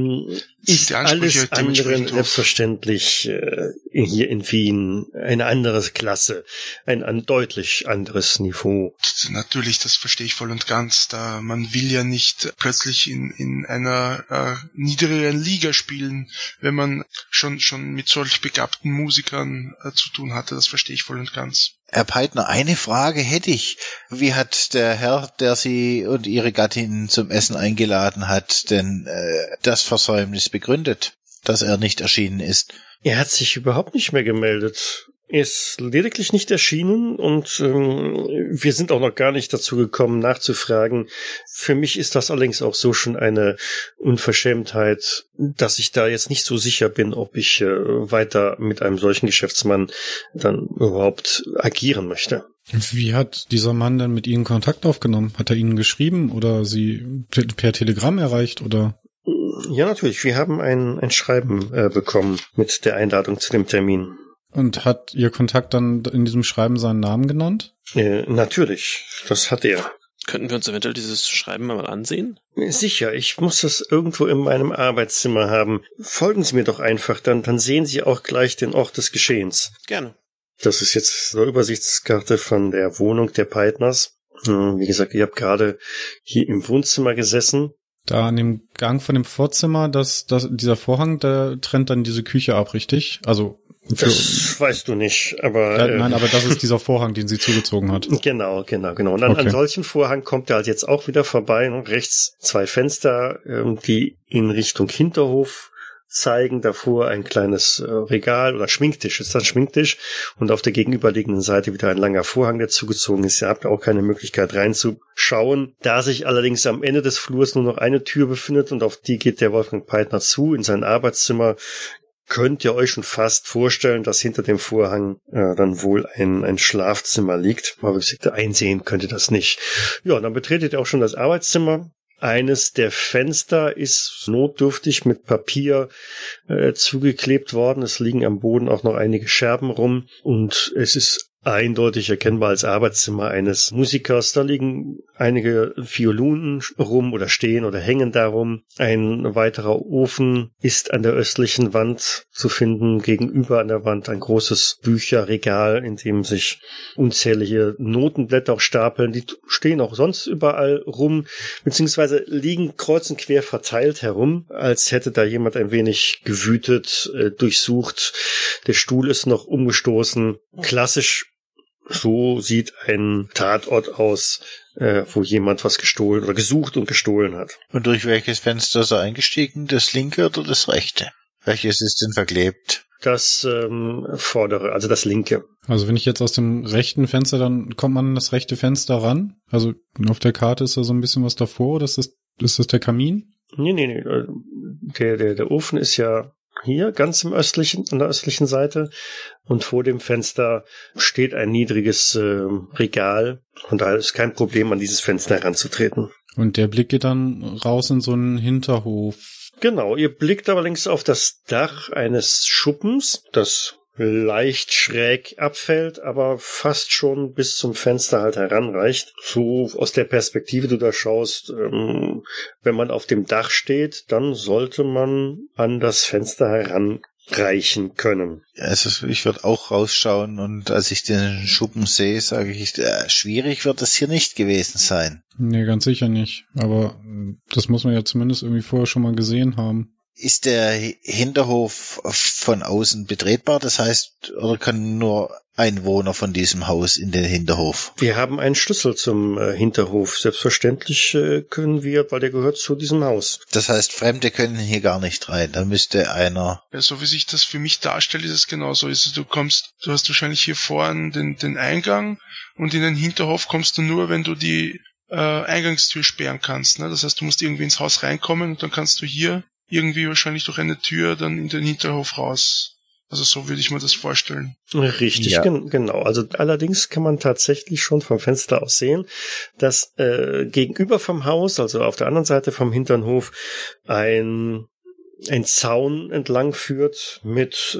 ist alles andere selbstverständlich hier in Wien eine andere Klasse, ein deutlich anderes Niveau. Natürlich, das verstehe ich voll und ganz. Da man will ja nicht plötzlich in einer niedrigeren Liga spielen, wenn man schon mit solch begabten Musikern zu tun hatte. Das verstehe ich voll und ganz. Herr Peitner, eine Frage hätte ich. Wie hat der Herr, der Sie und Ihre Gattin zum Essen eingeladen hat, denn das Versäumnis begründet, dass er nicht erschienen ist? Er hat sich überhaupt nicht mehr gemeldet. Er ist lediglich nicht erschienen und wir sind auch noch gar nicht dazu gekommen, nachzufragen. Für mich ist das allerdings auch so schon eine Unverschämtheit, dass ich da jetzt nicht so sicher bin, ob ich weiter mit einem solchen Geschäftsmann dann überhaupt agieren möchte. Wie hat dieser Mann denn mit Ihnen Kontakt aufgenommen? Hat er Ihnen geschrieben oder Sie per Telegramm erreicht oder? Ja, natürlich. Wir haben ein Schreiben bekommen mit der Einladung zu dem Termin. Und hat Ihr Kontakt dann in diesem Schreiben seinen Namen genannt? Natürlich, das hat er. Könnten wir uns eventuell dieses Schreiben mal ansehen? Sicher, ich muss das irgendwo in meinem Arbeitszimmer haben. Folgen Sie mir doch einfach, dann sehen Sie auch gleich den Ort des Geschehens. Gerne. Das ist jetzt eine Übersichtskarte von der Wohnung der Peitners. Wie gesagt, ich habe gerade hier im Wohnzimmer gesessen. Da an dem Gang von dem Vorzimmer, dieser Vorhang, der trennt dann diese Küche ab, richtig? Also das weißt du nicht, aber... nein, aber das ist dieser Vorhang, den sie zugezogen hat. Genau. Und an solchen Vorhang kommt er halt jetzt auch wieder vorbei. Rechts 2 Fenster, die in Richtung Hinterhof zeigen. Davor ein kleines Regal oder Schminktisch. Ist das ein Schminktisch? Und auf der gegenüberliegenden Seite wieder ein langer Vorhang, der zugezogen ist. Ihr habt auch keine Möglichkeit reinzuschauen. Da sich allerdings am Ende des Flurs nur noch eine Tür befindet und auf die geht der Wolfgang Peitner zu in sein Arbeitszimmer, könnt ihr euch schon fast vorstellen, dass hinter dem Vorhang dann wohl ein Schlafzimmer liegt. Aber wie gesagt, einsehen könnt ihr das nicht. Ja, dann betretet ihr auch schon das Arbeitszimmer. Eines der Fenster ist notdürftig mit Papier zugeklebt worden. Es liegen am Boden auch noch einige Scherben rum und es ist eindeutig erkennbar als Arbeitszimmer eines Musikers. Da liegen einige Violinen rum oder stehen oder hängen darum. Ein weiterer Ofen ist an der östlichen Wand zu finden. Gegenüber an der Wand ein großes Bücherregal, in dem sich unzählige Notenblätter auch stapeln. Die stehen auch sonst überall rum, beziehungsweise liegen kreuz und quer verteilt herum, als hätte da jemand ein wenig gewütet, durchsucht. Der Stuhl ist noch umgestoßen. Klassisch, so sieht ein Tatort aus, wo jemand was gestohlen oder gesucht und gestohlen hat. Und durch welches Fenster ist er eingestiegen? Das linke oder das rechte? Welches ist denn verklebt? Das vordere, also das linke. Also wenn ich jetzt aus dem rechten Fenster, dann kommt man an das rechte Fenster ran? Also auf der Karte ist da so ein bisschen was davor, oder ist das der Kamin? Nee. Der Ofen ist ja hier ganz an der östlichen Seite und vor dem Fenster steht ein niedriges Regal und da ist kein Problem, an dieses Fenster heranzutreten. Und der Blick geht dann raus in so einen Hinterhof. Genau, ihr blickt allerdings auf das Dach eines Schuppens, das leicht schräg abfällt, aber fast schon bis zum Fenster halt heranreicht. So aus der Perspektive, du da schaust, wenn man auf dem Dach steht, dann sollte man an das Fenster heranreichen können. Also ich würde auch rausschauen und als ich den Schuppen sehe, sage ich, schwierig wird es hier nicht gewesen sein. Nee, ganz sicher nicht. Aber das muss man ja zumindest irgendwie vorher schon mal gesehen haben. Ist der Hinterhof von außen betretbar? Das heißt, oder kann nur ein Wohner von diesem Haus in den Hinterhof? Wir haben einen Schlüssel zum Hinterhof. Selbstverständlich können wir, weil der gehört zu diesem Haus. Das heißt, Fremde können hier gar nicht rein. Da müsste einer... Ja, so wie sich das für mich darstellt, ist es genauso. Du hast wahrscheinlich hier vorne den Eingang und in den Hinterhof kommst du nur, wenn du die Eingangstür sperren kannst. Ne? Das heißt, du musst irgendwie ins Haus reinkommen und dann kannst du hier irgendwie wahrscheinlich durch eine Tür dann in den Hinterhof raus. Also so würde ich mir das vorstellen. Richtig, Ja. Genau. Also allerdings kann man tatsächlich schon vom Fenster aus sehen, dass gegenüber vom Haus, also auf der anderen Seite vom Hinternhof, ein Zaun entlang führt mit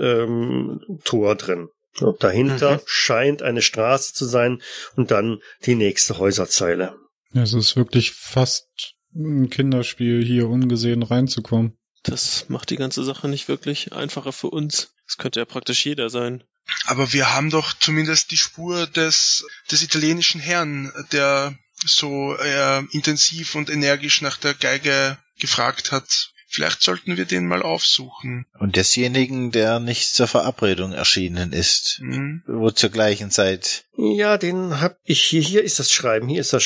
Tor drin. Und dahinter scheint eine Straße zu sein und dann die nächste Häuserzeile. Ja, es ist wirklich fast ein Kinderspiel, hier ungesehen reinzukommen. Das macht die ganze Sache nicht wirklich einfacher für uns. Das könnte ja praktisch jeder sein. Aber wir haben doch zumindest die Spur des italienischen Herrn, der so intensiv und energisch nach der Geige gefragt hat. Vielleicht sollten wir den mal aufsuchen. Und desjenigen, der nicht zur Verabredung erschienen ist, wo zur gleichen Zeit. Ja, den hab ich hier. Hier ist das Schreiben.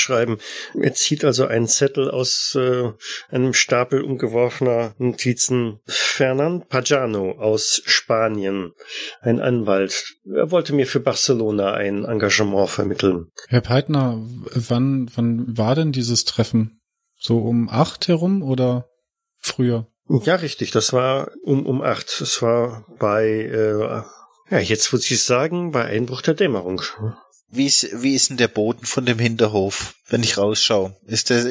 Er zieht also einen Zettel aus einem Stapel umgeworfener Notizen. Fernand Pagano aus Spanien, ein Anwalt. Er wollte mir für Barcelona ein Engagement vermitteln. Herr Peitner, wann war denn dieses Treffen? So um 8 herum oder früher? Ja, richtig. Das war um 8. Es war bei, jetzt muss ich sagen, bei Einbruch der Dämmerung. Wie ist denn der Boden von dem Hinterhof, wenn ich rausschaue? Ist das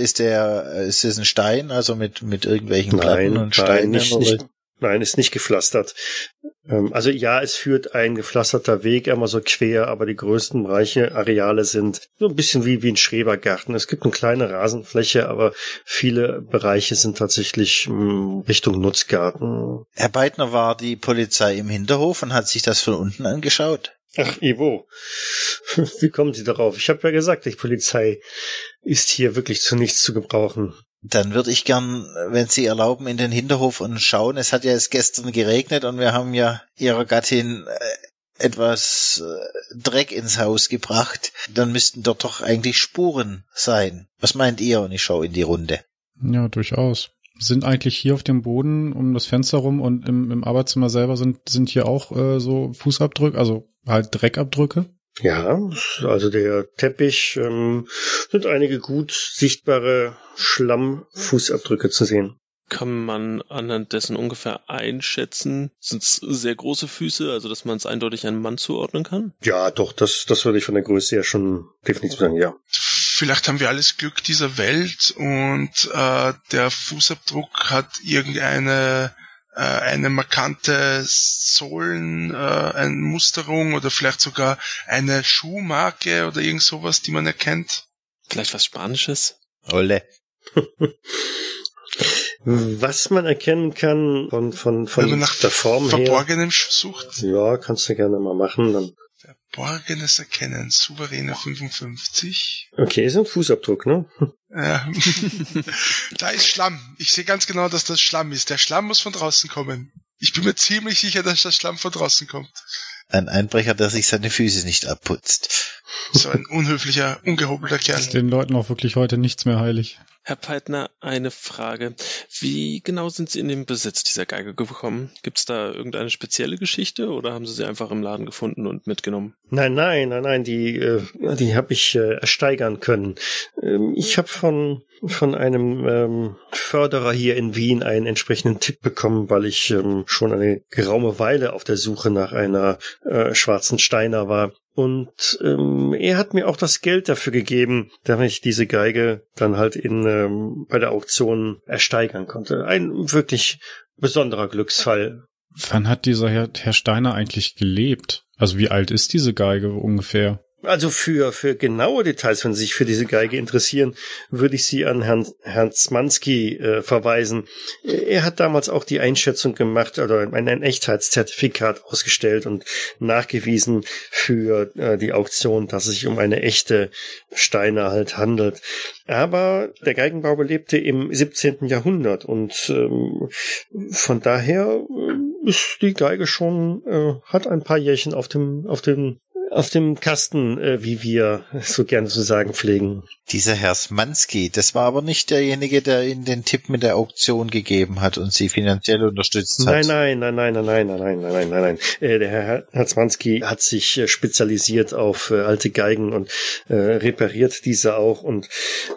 ein Stein, also mit irgendwelchen Platten und Steinen? Nein, ist nicht gepflastert. Also ja, es führt ein gepflasterter Weg immer so quer, aber die größten Bereiche, Areale sind so ein bisschen wie ein Schrebergarten. Es gibt eine kleine Rasenfläche, aber viele Bereiche sind tatsächlich Richtung Nutzgarten. Herr Beitner, war die Polizei im Hinterhof und hat sich das von unten angeschaut? Ach, Ivo, wie kommen Sie darauf? Ich habe ja gesagt, die Polizei ist hier wirklich zu nichts zu gebrauchen. Dann würde ich gern, wenn Sie erlauben, in den Hinterhof und schauen. Es hat ja erst gestern geregnet und wir haben ja Ihrer Gattin etwas Dreck ins Haus gebracht. Dann müssten dort doch eigentlich Spuren sein. Was meint ihr? Und ich schaue in die Runde. Ja, durchaus. Sind eigentlich hier auf dem Boden um das Fenster rum und im Arbeitszimmer selber sind hier auch so Fußabdrücke, also halt Dreckabdrücke? Ja, also der Teppich sind einige gut sichtbare Schlammfußabdrücke zu sehen. Kann man anhand dessen ungefähr einschätzen? Sind es sehr große Füße, also dass man es eindeutig einem Mann zuordnen kann? Ja, doch, das würde ich von der Größe her schon definitiv sagen, ja. Vielleicht haben wir alles Glück dieser Welt und der Fußabdruck hat irgendeine eine markante Sohlen, eine Musterung oder vielleicht sogar eine Schuhmarke oder irgend sowas, die man erkennt. Vielleicht was Spanisches? Olle. Was man erkennen kann von Wenn man nach der Form her. Verborgenem sucht. Ja, kannst du gerne mal machen. Dann. Verborgenes Erkennen, souveräne 55. Okay, ist ein Fußabdruck, ne? Ja. Da ist Schlamm. Ich sehe ganz genau, dass das Schlamm ist. Der Schlamm muss von draußen kommen. Ich bin mir ziemlich sicher, dass das Schlamm von draußen kommt. Ein Einbrecher, der sich seine Füße nicht abputzt. So ein unhöflicher, ungehobelter Kerl. Ist den Leuten auch wirklich heute nichts mehr heilig. Herr Peitner, eine Frage. Wie genau sind Sie in den Besitz dieser Geige gekommen? Gibt es da irgendeine spezielle Geschichte oder haben Sie sie einfach im Laden gefunden und mitgenommen? Nein, die habe ich ersteigern können. Ich habe von einem Förderer hier in Wien einen entsprechenden Tipp bekommen, weil ich schon eine geraume Weile auf der Suche nach einer schwarzen Steiner war. Und er hat mir auch das Geld dafür gegeben, damit ich diese Geige dann halt bei der Auktion ersteigern konnte. Ein wirklich besonderer Glücksfall. Wann hat dieser Herr Steiner eigentlich gelebt? Also wie alt ist diese Geige ungefähr? Also für genaue Details, wenn Sie sich für diese Geige interessieren, würde ich Sie an Herrn Zmanski verweisen. Er hat damals auch die Einschätzung gemacht oder ein Echtheitszertifikat ausgestellt und nachgewiesen für die Auktion, dass es sich um eine echte Steiner halt handelt. Aber der Geigenbau lebte im 17. Jahrhundert und von daher ist die Geige schon, hat ein paar Jährchen auf dem auf dem Kasten, wie wir so gerne zu sagen pflegen. Dieser Herr Smansky, das war aber nicht derjenige, der Ihnen den Tipp mit der Auktion gegeben hat und Sie finanziell unterstützt hat. Nein. Der Herr Smansky hat sich spezialisiert auf alte Geigen und repariert diese auch. Und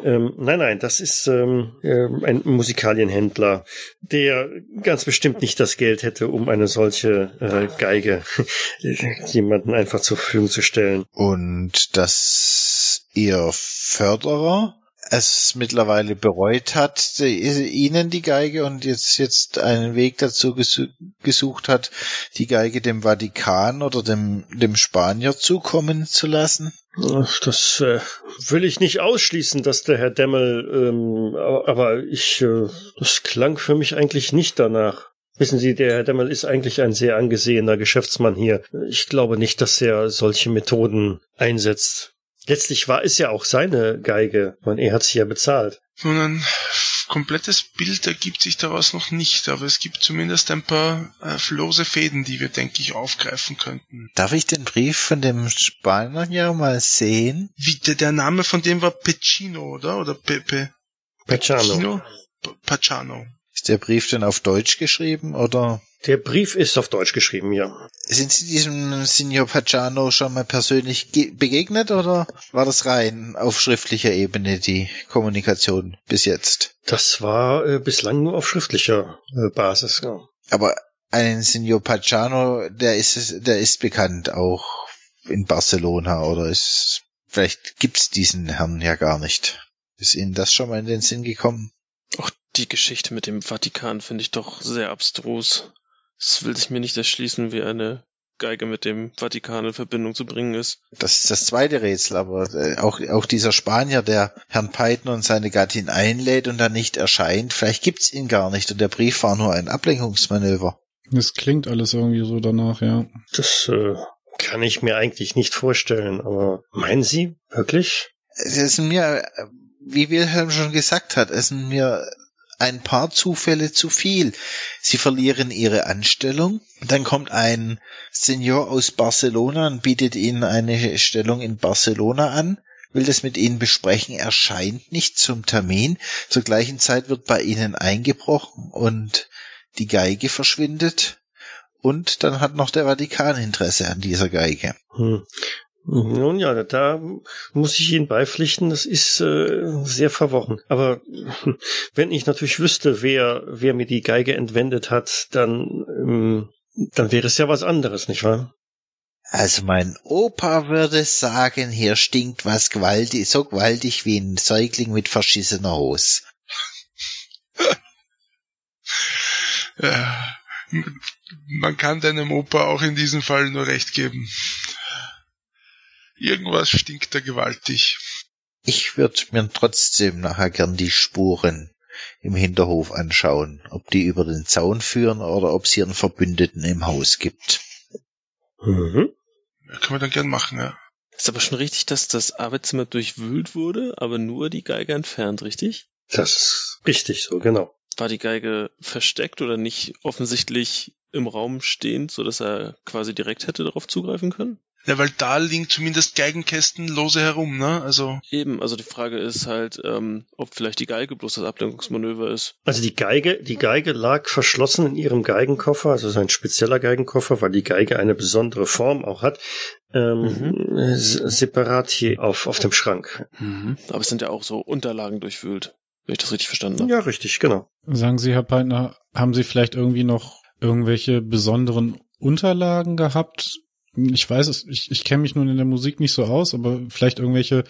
das ist ein Musikalienhändler, der ganz bestimmt nicht das Geld hätte, um eine solche Geige jemanden einfach zur Verfügung zu stellen. Und dass Ihr Förderer es mittlerweile bereut hat, Ihnen die Geige und jetzt einen Weg dazu gesucht hat, die Geige dem Vatikan oder dem Spanier zukommen zu lassen? Das will ich nicht ausschließen, dass der Herr Demmel, aber das klang für mich eigentlich nicht danach. Wissen Sie, der Herr Demmel ist eigentlich ein sehr angesehener Geschäftsmann hier. Ich glaube nicht, dass er solche Methoden einsetzt. Letztlich war es ja auch seine Geige, er hat sie ja bezahlt. Nun, ein komplettes Bild ergibt sich daraus noch nicht, aber es gibt zumindest ein paar lose Fäden, die wir, denke ich, aufgreifen könnten. Darf ich den Brief von dem Spanier mal sehen? Der Name von dem war Pecino, oder? Oder Pacciano. Pacciano. Ist der Brief denn auf Deutsch geschrieben, oder? Der Brief ist auf Deutsch geschrieben, ja. Sind Sie diesem Signor Pacciano schon mal persönlich begegnet, oder war das rein auf schriftlicher Ebene die Kommunikation bis jetzt? Das war bislang nur auf schriftlicher Basis, ja. Aber einen Signor Pacciano, der ist bekannt, auch in Barcelona, oder vielleicht gibt's diesen Herrn ja gar nicht. Ist Ihnen das schon mal in den Sinn gekommen? Auch die Geschichte mit dem Vatikan finde ich doch sehr abstrus. Es will sich mir nicht erschließen, wie eine Geige mit dem Vatikan in Verbindung zu bringen ist. Das ist das zweite Rätsel, aber auch dieser Spanier, der Herrn Peitner und seine Gattin einlädt und dann nicht erscheint, vielleicht gibt's ihn gar nicht und der Brief war nur ein Ablenkungsmanöver. Das klingt alles irgendwie so danach, ja. Das kann ich mir eigentlich nicht vorstellen, aber meinen Sie wirklich? Es sind mir, wie Wilhelm schon gesagt hat, es sind mir ein paar Zufälle zu viel. Sie verlieren ihre Anstellung, dann kommt ein Senior aus Barcelona und bietet ihnen eine Stellung in Barcelona an, will das mit ihnen besprechen, erscheint nicht zum Termin, zur gleichen Zeit wird bei ihnen eingebrochen und die Geige verschwindet und dann hat noch der Vatikan Interesse an dieser Geige. Nun ja, da muss ich Ihnen beipflichten, das ist sehr verworren. Aber wenn ich natürlich wüsste, wer mir die Geige entwendet hat, dann wäre es ja was anderes, nicht wahr? Also mein Opa würde sagen, hier stinkt was so gewaltig wie ein Säugling mit verschissener Hose. Ja, man kann deinem Opa auch in diesem Fall nur recht geben. Irgendwas stinkt da gewaltig. Ich würde mir trotzdem nachher gern die Spuren im Hinterhof anschauen, ob die über den Zaun führen oder ob es hier einen Verbündeten im Haus gibt. Mhm. Ja, kann man dann gern machen, ja. Ist aber schon richtig, dass das Arbeitszimmer durchwühlt wurde, aber nur die Geige entfernt, richtig? Das ist richtig so, genau. War die Geige versteckt oder nicht offensichtlich im Raum stehend, sodass er quasi direkt hätte darauf zugreifen können? Ja, weil da liegen zumindest Geigenkästen lose herum, ne? Also die Frage ist halt, ob vielleicht die Geige bloß das Ablenkungsmanöver ist. Also die Geige lag verschlossen in ihrem Geigenkoffer, also ein spezieller Geigenkoffer, weil die Geige eine besondere Form auch hat, separat hier auf dem Schrank. Mhm. Aber es sind ja auch so Unterlagen durchwühlt, wenn ich das richtig verstanden habe. Ja, richtig, genau. Sagen Sie, Herr Peitner, haben Sie vielleicht irgendwie noch irgendwelche besonderen Unterlagen gehabt? Ich weiß es, ich kenne mich nun in der Musik nicht so aus, aber vielleicht irgendwelche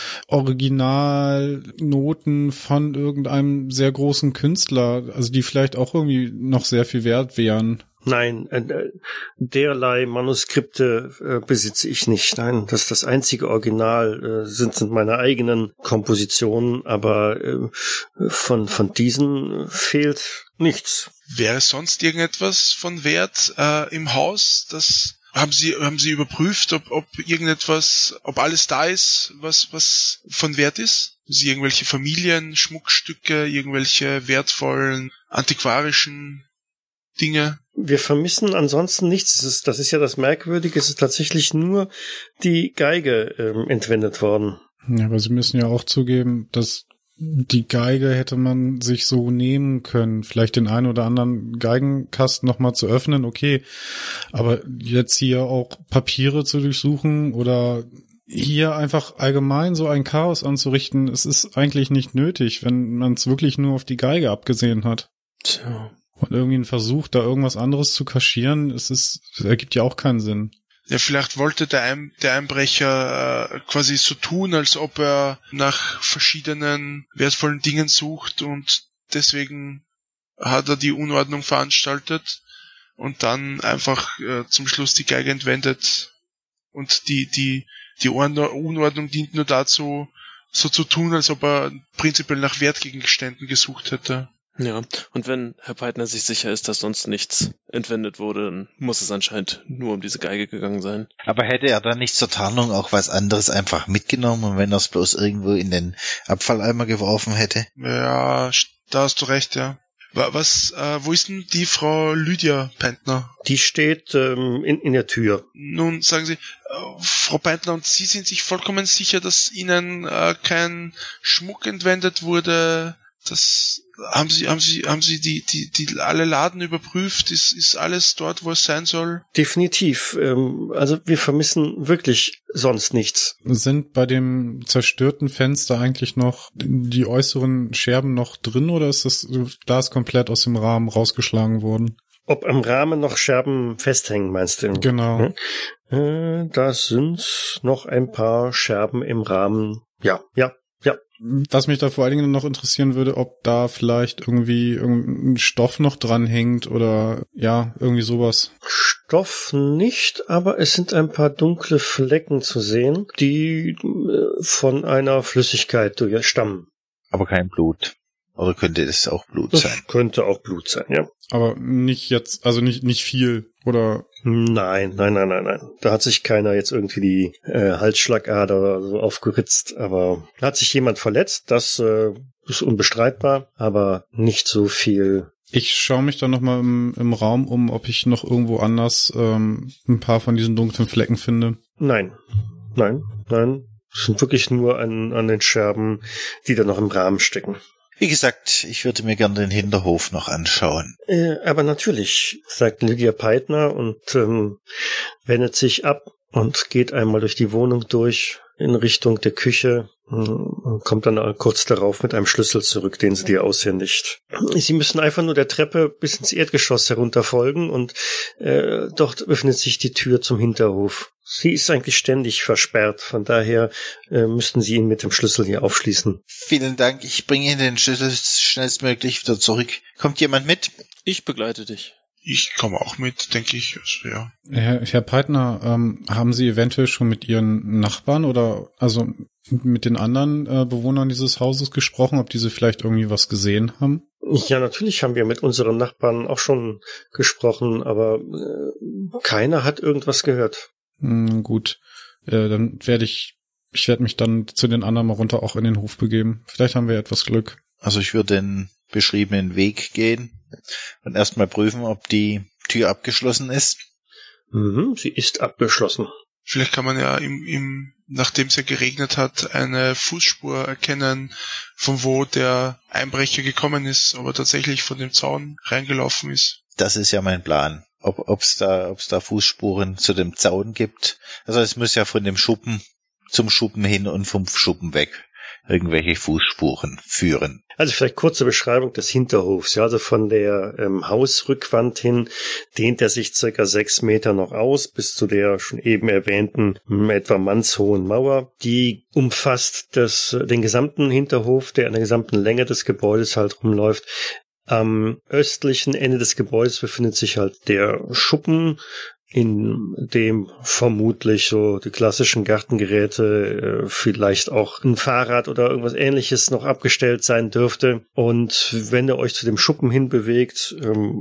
Originalnoten von irgendeinem sehr großen Künstler, also die vielleicht auch irgendwie noch sehr viel wert wären. Nein, derlei Manuskripte besitze ich nicht. Nein, das einzige Original sind meine eigenen Kompositionen, aber von diesen fehlt nichts. Wäre sonst irgendetwas von Wert im Haus, das haben Sie überprüft, ob irgendetwas, ob alles da ist, was von Wert ist? Sie irgendwelche Familienschmuckstücke, irgendwelche wertvollen, antiquarischen Dinge? Wir vermissen ansonsten nichts. Das ist ja das Merkwürdige. Es ist tatsächlich nur die Geige entwendet worden. Ja, aber Sie müssen ja auch zugeben, dass die Geige hätte man sich so nehmen können. Vielleicht den einen oder anderen Geigenkasten nochmal zu öffnen, okay. Aber jetzt hier auch Papiere zu durchsuchen oder hier einfach allgemein so ein Chaos anzurichten, es ist eigentlich nicht nötig, wenn man es wirklich nur auf die Geige abgesehen hat. Tja. Und irgendwie ein Versuch, da irgendwas anderes zu kaschieren, es ergibt ja auch keinen Sinn. Ja, vielleicht wollte der Einbrecher quasi so tun, als ob er nach verschiedenen wertvollen Dingen sucht und deswegen hat er die Unordnung veranstaltet und dann einfach zum Schluss die Geige entwendet und die Unordnung dient nur dazu, so zu tun, als ob er prinzipiell nach Wertgegenständen gesucht hätte. Ja, und wenn Herr Peitner sich sicher ist, dass sonst nichts entwendet wurde, dann muss es anscheinend nur um diese Geige gegangen sein. Aber hätte er dann nicht zur Tarnung auch was anderes einfach mitgenommen und wenn er es bloß irgendwo in den Abfalleimer geworfen hätte? Ja, da hast du recht, ja. Wo ist denn die Frau Lydia Peitner? Die steht in der Tür. Nun sagen Sie, Frau Peitner, und Sie sind sich vollkommen sicher, dass Ihnen kein Schmuck entwendet wurde? Das haben Sie die alle Laden überprüft? Ist alles dort, wo es sein soll? Definitiv. Also wir vermissen wirklich sonst nichts. Sind bei dem zerstörten Fenster eigentlich noch die äußeren Scherben noch drin oder ist das Glas komplett aus dem Rahmen rausgeschlagen worden? Ob am Rahmen noch Scherben festhängen, meinst du? Genau. Da sind noch ein paar Scherben im Rahmen. Ja. Was mich da vor allen Dingen noch interessieren würde, ob da vielleicht irgendwie irgendein Stoff noch dranhängt oder ja, irgendwie sowas. Stoff nicht, aber es sind ein paar dunkle Flecken zu sehen, die von einer Flüssigkeit stammen. Aber kein Blut. Oder könnte das auch Blut Das sein? könnte auch Blut sein, ja. Aber nicht jetzt, also nicht viel, oder? Nein. Da hat sich keiner jetzt irgendwie die Halsschlagader oder so aufgeritzt, aber da hat sich jemand verletzt, das ist unbestreitbar, aber nicht so viel. Ich schaue mich dann nochmal im Raum um, ob ich noch irgendwo anders ein paar von diesen dunklen Flecken finde. Nein. Es sind wirklich nur an den Scherben, die da noch im Rahmen stecken. Wie gesagt, ich würde mir gern den Hinterhof noch anschauen. Aber natürlich, sagt Lydia Peitner und wendet sich ab und geht einmal durch die Wohnung durch in Richtung der Küche und kommt dann kurz darauf mit einem Schlüssel zurück, den sie dir aushändigt. Sie müssen einfach nur der Treppe bis ins Erdgeschoss herunterfolgen und dort öffnet sich die Tür zum Hinterhof. Sie ist eigentlich ständig versperrt, von daher müssten Sie ihn mit dem Schlüssel hier aufschließen. Vielen Dank, ich bringe Ihnen den Schlüssel schnellstmöglich wieder zurück. Kommt jemand mit? Ich begleite dich. Ich komme auch mit, denke ich. Also, ja. Herr Peitner, haben Sie eventuell schon mit Ihren Nachbarn oder also mit den anderen Bewohnern dieses Hauses gesprochen, ob diese vielleicht irgendwie was gesehen haben? Ja, natürlich haben wir mit unseren Nachbarn auch schon gesprochen, aber keiner hat irgendwas gehört. Gut, dann werde ich mich dann zu den anderen mal runter auch in den Hof begeben. Vielleicht haben wir etwas Glück. Also ich würde den beschriebenen Weg gehen und erstmal prüfen, ob die Tür abgeschlossen ist. Sie ist abgeschlossen. Vielleicht kann man ja nachdem es ja geregnet hat, eine Fußspur erkennen, von wo der Einbrecher gekommen ist, ob er tatsächlich von dem Zaun reingelaufen ist. Das ist ja mein Plan. Ob's da Fußspuren zu dem Zaun gibt. Also es muss ja von dem Schuppen zum Schuppen hin und vom Schuppen weg irgendwelche Fußspuren führen. Also vielleicht kurze Beschreibung des Hinterhofs. Ja, also von der Hausrückwand hin dehnt er sich circa 6 Meter noch aus, bis zu der schon eben erwähnten etwa mannshohen Mauer. Die umfasst den gesamten Hinterhof, der an der gesamten Länge des Gebäudes halt rumläuft. Am östlichen Ende des Gebäudes befindet sich halt der Schuppen, in dem vermutlich so die klassischen Gartengeräte, vielleicht auch ein Fahrrad oder irgendwas Ähnliches noch abgestellt sein dürfte. Und wenn ihr euch zu dem Schuppen hinbewegt,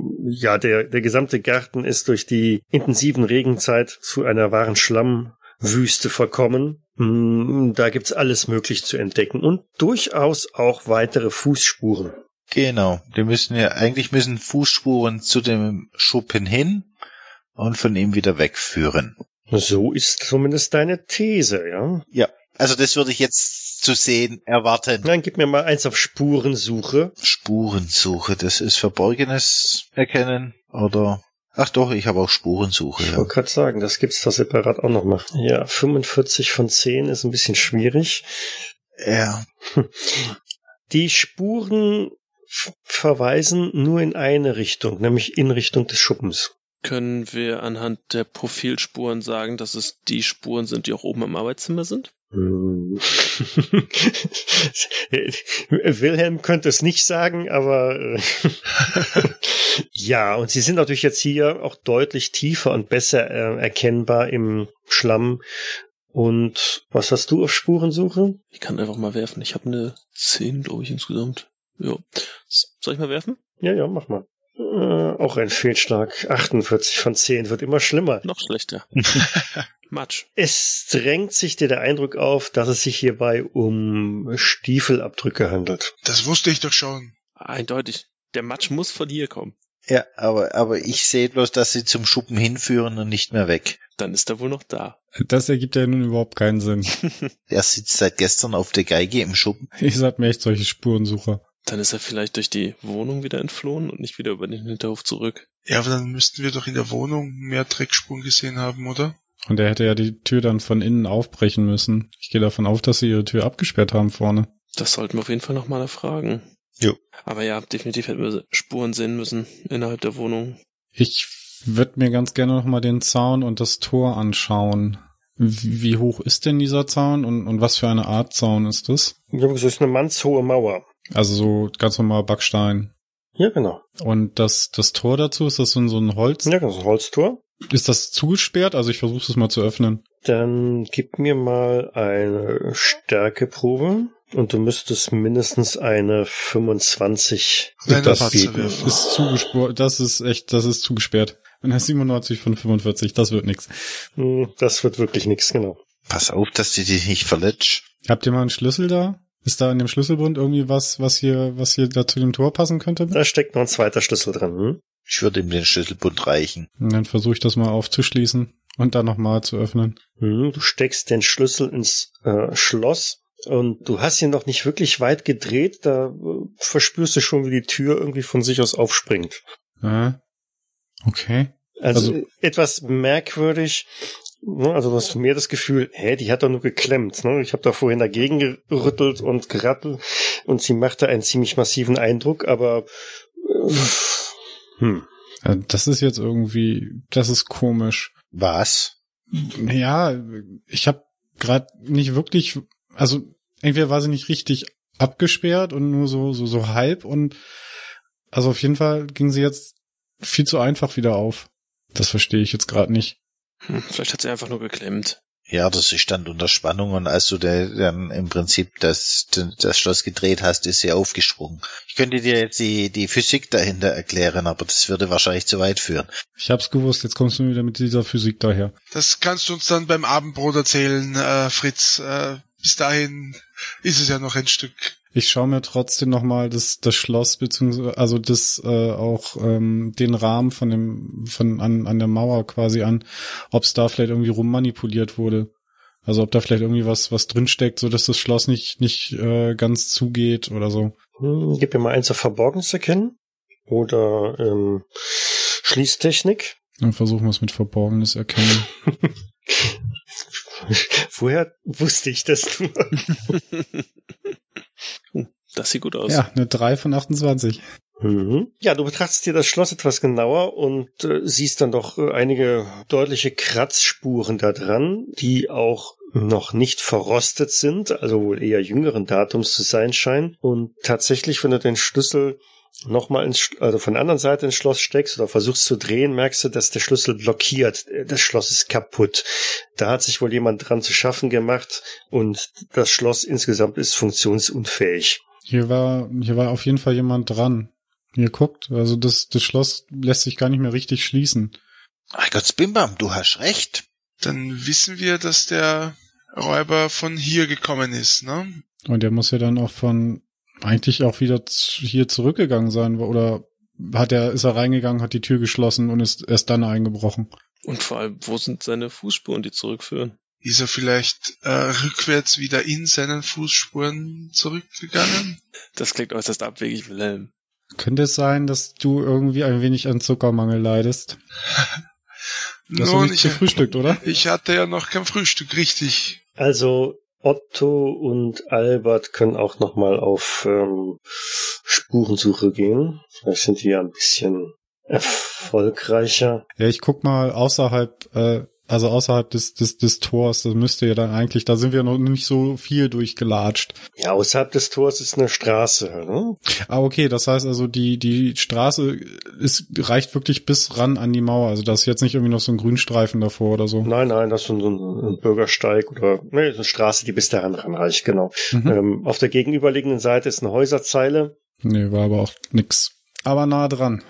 der gesamte Garten ist durch die intensiven Regenzeit zu einer wahren Schlammwüste verkommen. Da gibt's alles möglich zu entdecken und durchaus auch weitere Fußspuren. Genau. Eigentlich müssen Fußspuren zu dem Schuppen hin und von ihm wieder wegführen. So ist zumindest deine These, ja? Ja. Also das würde ich jetzt zu sehen erwarten. Dann gib mir mal eins auf Spurensuche. Spurensuche, das ist Verborgenes erkennen, oder? Ach doch, ich habe auch Spurensuche. Ich wollte gerade sagen, das gibt's da separat auch noch mal. Ja, 45 von 10 ist ein bisschen schwierig. Ja. Die Spuren verweisen nur in eine Richtung, nämlich in Richtung des Schuppens. Können wir anhand der Profilspuren sagen, dass es die Spuren sind, die auch oben im Arbeitszimmer sind? Wilhelm könnte es nicht sagen, aber ja, und sie sind natürlich jetzt hier auch deutlich tiefer und besser erkennbar im Schlamm. Und was hast du auf Spurensuche? Ich kann einfach mal werfen. Ich habe eine 10, glaube ich, insgesamt. Ja. Soll ich mal werfen? Ja, mach mal. Auch ein Fehlschlag. 48 von 10 wird immer schlimmer. Noch schlechter. Matsch. Es drängt sich dir der Eindruck auf, dass es sich hierbei um Stiefelabdrücke handelt. Das wusste ich doch schon. Eindeutig. Der Matsch muss von hier kommen. Ja, aber ich sehe bloß, dass sie zum Schuppen hinführen und nicht mehr weg. Dann ist er wohl noch da. Das ergibt ja nun überhaupt keinen Sinn. Er sitzt seit gestern auf der Geige im Schuppen. Ich sag mir echt solche Spurensucher. Dann ist er vielleicht durch die Wohnung wieder entflohen und nicht wieder über den Hinterhof zurück. Ja, aber dann müssten wir doch in der Wohnung mehr Dreckspuren gesehen haben, oder? Und er hätte ja die Tür dann von innen aufbrechen müssen. Ich gehe davon auf, dass sie ihre Tür abgesperrt haben vorne. Das sollten wir auf jeden Fall nochmal erfragen. Jo. Aber ja, definitiv hätten wir Spuren sehen müssen innerhalb der Wohnung. Ich würde mir ganz gerne nochmal den Zaun und das Tor anschauen. Wie hoch ist denn dieser Zaun und was für eine Art Zaun ist das? Das ist eine mannshohe Mauer. Also so ganz normal Backstein. Ja, genau. Und das Tor dazu, ist das so ein Holz? Ja, das ist ein Holztor. Ist das zugesperrt? Also ich versuche es mal zu öffnen. Dann gib mir mal eine Stärkeprobe und du müsstest mindestens eine 25 Nein, das bieten. Ist zugesperrt. Das ist zugesperrt. Und das 97 von 45, das wird nix. Das wird wirklich nix, genau. Pass auf, dass du dich nicht verletzt. Habt ihr mal einen Schlüssel da? Ist da in dem Schlüsselbund irgendwie was hier da zu dem Tor passen könnte? Da steckt noch ein zweiter Schlüssel dran. Ich würde ihm den Schlüsselbund reichen. Und dann versuche ich das mal aufzuschließen und dann nochmal zu öffnen. Du steckst den Schlüssel ins Schloss und du hast ihn noch nicht wirklich weit gedreht. Da verspürst du schon, wie die Tür irgendwie von sich aus aufspringt. Okay. Also etwas merkwürdig. Also du hast mehr das Gefühl, die hat doch nur geklemmt. Ne? Ich habe da vorhin dagegen gerüttelt und gerattelt und sie machte einen ziemlich massiven Eindruck, aber das ist jetzt irgendwie, das ist komisch. Was? Ja, ich habe gerade nicht wirklich, also entweder war sie nicht richtig abgesperrt und nur so halb und also auf jeden Fall ging sie jetzt viel zu einfach wieder auf. Das verstehe ich jetzt gerade nicht. Vielleicht hat sie einfach nur geklemmt. Ja, das stand unter Spannung und als du dann im Prinzip das Schloss gedreht hast, ist sie aufgesprungen. Ich könnte dir jetzt die Physik dahinter erklären, aber das würde wahrscheinlich zu weit führen. Ich hab's gewusst, jetzt kommst du wieder mit dieser Physik daher. Das kannst du uns dann beim Abendbrot erzählen, Fritz. Bis dahin ist es ja noch ein Stück. Ich schaue mir trotzdem nochmal das Schloss beziehungsweise also den Rahmen an der Mauer quasi an, ob es da vielleicht irgendwie rummanipuliert wurde. Also ob da vielleicht irgendwie was drinsteckt, so dass das Schloss nicht ganz zugeht oder so. Gib mir mal eins auf Verborgenes erkennen oder Schließtechnik. Dann versuchen wir es mit Verborgenes erkennen. Woher wusste ich das nur? Das sieht gut aus. Ja, eine 3 von 28. Ja, du betrachtest dir das Schloss etwas genauer und siehst dann doch einige deutliche Kratzspuren da dran, die auch noch nicht verrostet sind, also wohl eher jüngeren Datums zu sein scheinen. Und tatsächlich, wenn du den Schlüssel nochmal also von der anderen Seite ins Schloss steckst oder versuchst zu drehen, merkst du, dass der Schlüssel blockiert. Das Schloss ist kaputt. Da hat sich wohl jemand dran zu schaffen gemacht und das Schloss insgesamt ist funktionsunfähig. Hier war auf jeden Fall jemand dran. Ihr guckt, also das Schloss lässt sich gar nicht mehr richtig schließen. Ach Gott, Bimbam, du hast recht. Dann wissen wir, dass der Räuber von hier gekommen ist, ne? Und der muss ja dann auch von eigentlich auch wieder hier zurückgegangen sein, oder ist er reingegangen, hat die Tür geschlossen und ist erst dann eingebrochen. Und vor allem, wo sind seine Fußspuren, die zurückführen? Ist er vielleicht rückwärts wieder in seinen Fußspuren zurückgegangen? Das klingt äußerst abwegig, Wilhelm. Könnte es sein, dass du irgendwie ein wenig an Zuckermangel leidest? Du hast nicht gefrühstückt, oder? Ich hatte ja noch kein Frühstück, richtig. Also Otto und Albert können auch nochmal auf Spurensuche gehen. Vielleicht sind die ja ein bisschen erfolgreicher. Ja, ich guck mal außerhalb des Tors, das müsste ja dann eigentlich, da sind wir noch nicht so viel durchgelatscht. Ja, außerhalb des Tors ist eine Straße, ne? Ah, okay, das heißt also, die Straße reicht wirklich bis ran an die Mauer, also da ist jetzt nicht irgendwie noch so ein Grünstreifen davor oder so. Nein, das ist so ein Bürgersteig oder eine Straße, die bis dahin ranreicht, genau. Mhm. Auf der gegenüberliegenden Seite ist eine Häuserzeile. Nee, war aber auch nix. Aber nah dran,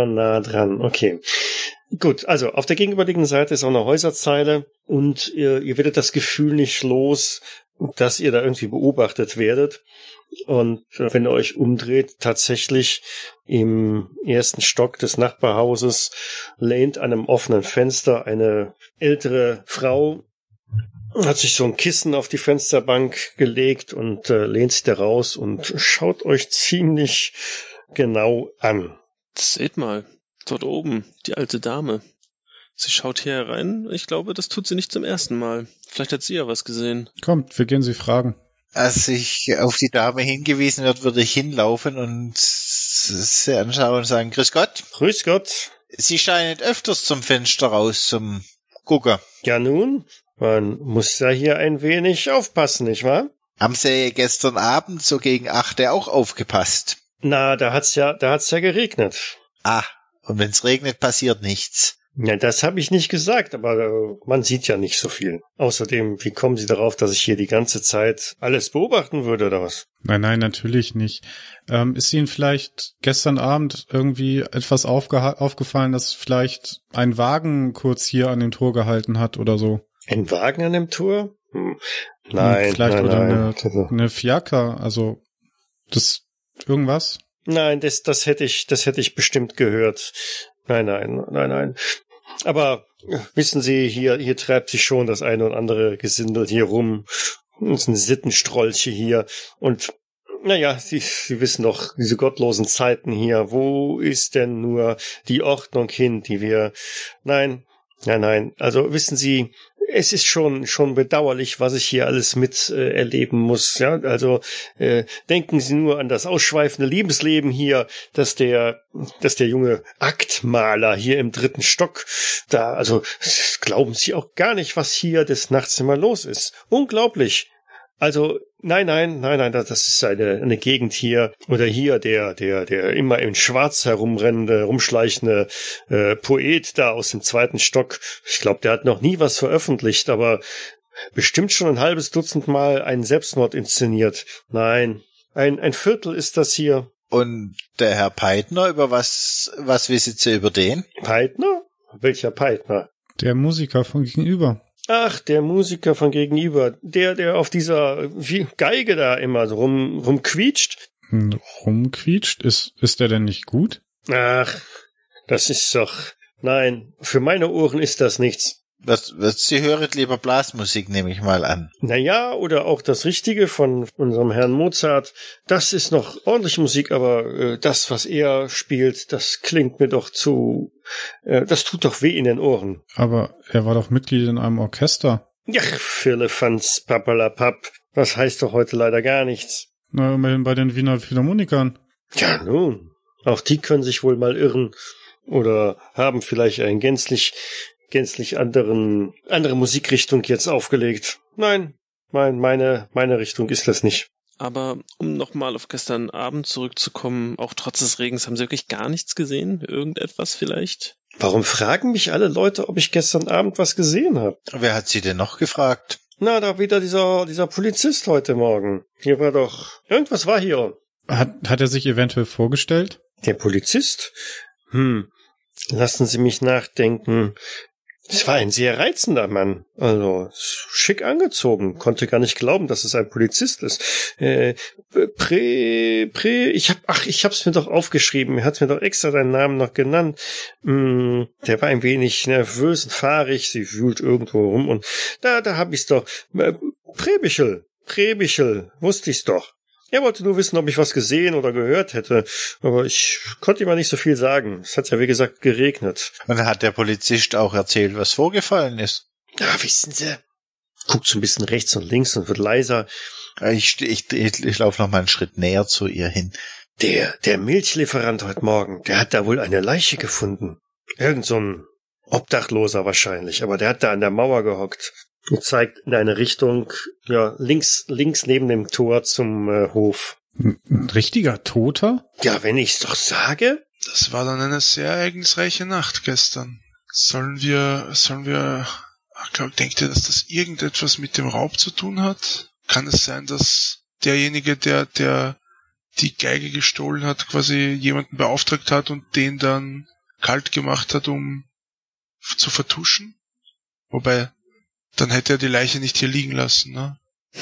okay. Gut, also auf der gegenüberliegenden Seite ist auch eine Häuserzeile und ihr werdet das Gefühl nicht los, dass ihr da irgendwie beobachtet werdet. Und wenn ihr euch umdreht, tatsächlich im ersten Stock des Nachbarhauses lehnt an einem offenen Fenster eine ältere Frau, hat sich so ein Kissen auf die Fensterbank gelegt und lehnt sich da raus und schaut euch ziemlich genau an. Seht mal, dort oben, die alte Dame. Sie schaut hier herein. Ich glaube, das tut sie nicht zum ersten Mal. Vielleicht hat sie ja was gesehen. Kommt, wir gehen sie fragen. Als ich auf die Dame hingewiesen wird, würde ich hinlaufen und sie anschauen und sagen, Grüß Gott. Grüß Gott. Sie scheinen öfters zum Fenster raus zum Gucken. Ja nun, man muss ja hier ein wenig aufpassen, nicht wahr? Haben Sie gestern Abend so gegen 8 auch aufgepasst? Na, da hat's ja geregnet. Ah, und wenn's regnet, passiert nichts. Ja, das habe ich nicht gesagt, aber man sieht ja nicht so viel. Außerdem, wie kommen Sie darauf, dass ich hier die ganze Zeit alles beobachten würde, oder was? Nein, natürlich nicht. Ist Ihnen vielleicht gestern Abend irgendwie etwas aufgefallen, dass vielleicht ein Wagen kurz hier an dem Tor gehalten hat oder so? Ein Wagen an dem Tor? Nein, vielleicht nein, oder nein. Eine Fiaker, also das irgendwas? Nein, das hätte ich bestimmt gehört. Nein. Aber wissen Sie, hier treibt sich schon das eine und andere Gesindel hier rum. Das ist ein Sittenstrolche hier. Und naja, Sie wissen doch, diese gottlosen Zeiten hier. Wo ist denn nur die Ordnung hin, die wir... Nein. Also wissen Sie, es ist schon bedauerlich, was ich hier alles mit erleben muss. Ja, also denken Sie nur an das ausschweifende Lebensleben hier, dass der junge Aktmaler hier im 3. Stock da, also glauben Sie auch gar nicht, was hier des Nachts immer los ist. Unglaublich. Also nein, das ist eine Gegend hier oder hier der immer in Schwarz herumrennende, rumschleichende Poet da aus dem 2. Stock. Ich glaube, der hat noch nie was veröffentlicht, aber bestimmt schon ein halbes Dutzend Mal einen Selbstmord inszeniert. Nein, ein Viertel ist das hier. Und der Herr Peitner, über was wissen Sie über den? Peitner? Welcher Peitner? Der Musiker von gegenüber. Ach, der Musiker von gegenüber, der auf dieser Geige da immer so rumquietscht. Rumquietscht? Ist der denn nicht gut? Ach, das ist doch... Nein, für meine Ohren ist das nichts. Sie hören lieber Blasmusik, nehme ich mal an. Naja, oder auch das Richtige von unserem Herrn Mozart. Das ist noch ordentliche Musik, aber das, was er spielt, das klingt mir doch zu... das tut doch weh in den Ohren. Aber er war doch Mitglied in einem Orchester. Ja, Firlefanz, Papalapap. Das heißt doch heute leider gar nichts. Na, immerhin bei den Wiener Philharmonikern. Ja, nun, auch die können sich wohl mal irren. Oder haben vielleicht einen gänzlich andere Musikrichtung jetzt aufgelegt. Nein, meine Richtung ist das nicht. Aber um nochmal auf gestern Abend zurückzukommen, auch trotz des Regens, haben Sie wirklich gar nichts gesehen? Irgendetwas vielleicht? Warum fragen mich alle Leute, ob ich gestern Abend was gesehen habe? Wer hat Sie denn noch gefragt? Na, da wieder dieser Polizist heute Morgen. Hier war doch... Irgendwas war hier. Hat er sich eventuell vorgestellt? Der Polizist? Lassen Sie mich nachdenken. Es war ein sehr reizender Mann, also schick angezogen, konnte gar nicht glauben, dass es ein Polizist ist. Ich hab's mir doch aufgeschrieben, er hat mir doch extra seinen Namen noch genannt. Der war ein wenig nervös und fahrig, sie wühlt irgendwo rum und da hab ich's doch. Prebichel, wusste ich's doch. Er wollte nur wissen, ob ich was gesehen oder gehört hätte, aber ich konnte ihm mal nicht so viel sagen. Es hat ja, wie gesagt, geregnet. Und dann hat der Polizist auch erzählt, was vorgefallen ist. Wissen Sie? Guckt so ein bisschen rechts und links und wird leiser. Ich laufe noch mal einen Schritt näher zu ihr hin. Der Milchlieferant heute Morgen, der hat da wohl eine Leiche gefunden. Irgend so ein Obdachloser wahrscheinlich, aber der hat da an der Mauer gehockt. Und zeigt in eine Richtung, ja, links neben dem Tor zum Hof. Ein richtiger Toter? Ja, wenn ich's doch sage. Das war dann eine sehr ereignisreiche Nacht gestern. Sollen wir, denkt ihr, dass das irgendetwas mit dem Raub zu tun hat? Kann es sein, dass derjenige, der die Geige gestohlen hat, quasi jemanden beauftragt hat und den dann kalt gemacht hat, um zu vertuschen? Wobei, dann hätte er die Leiche nicht hier liegen lassen, ne?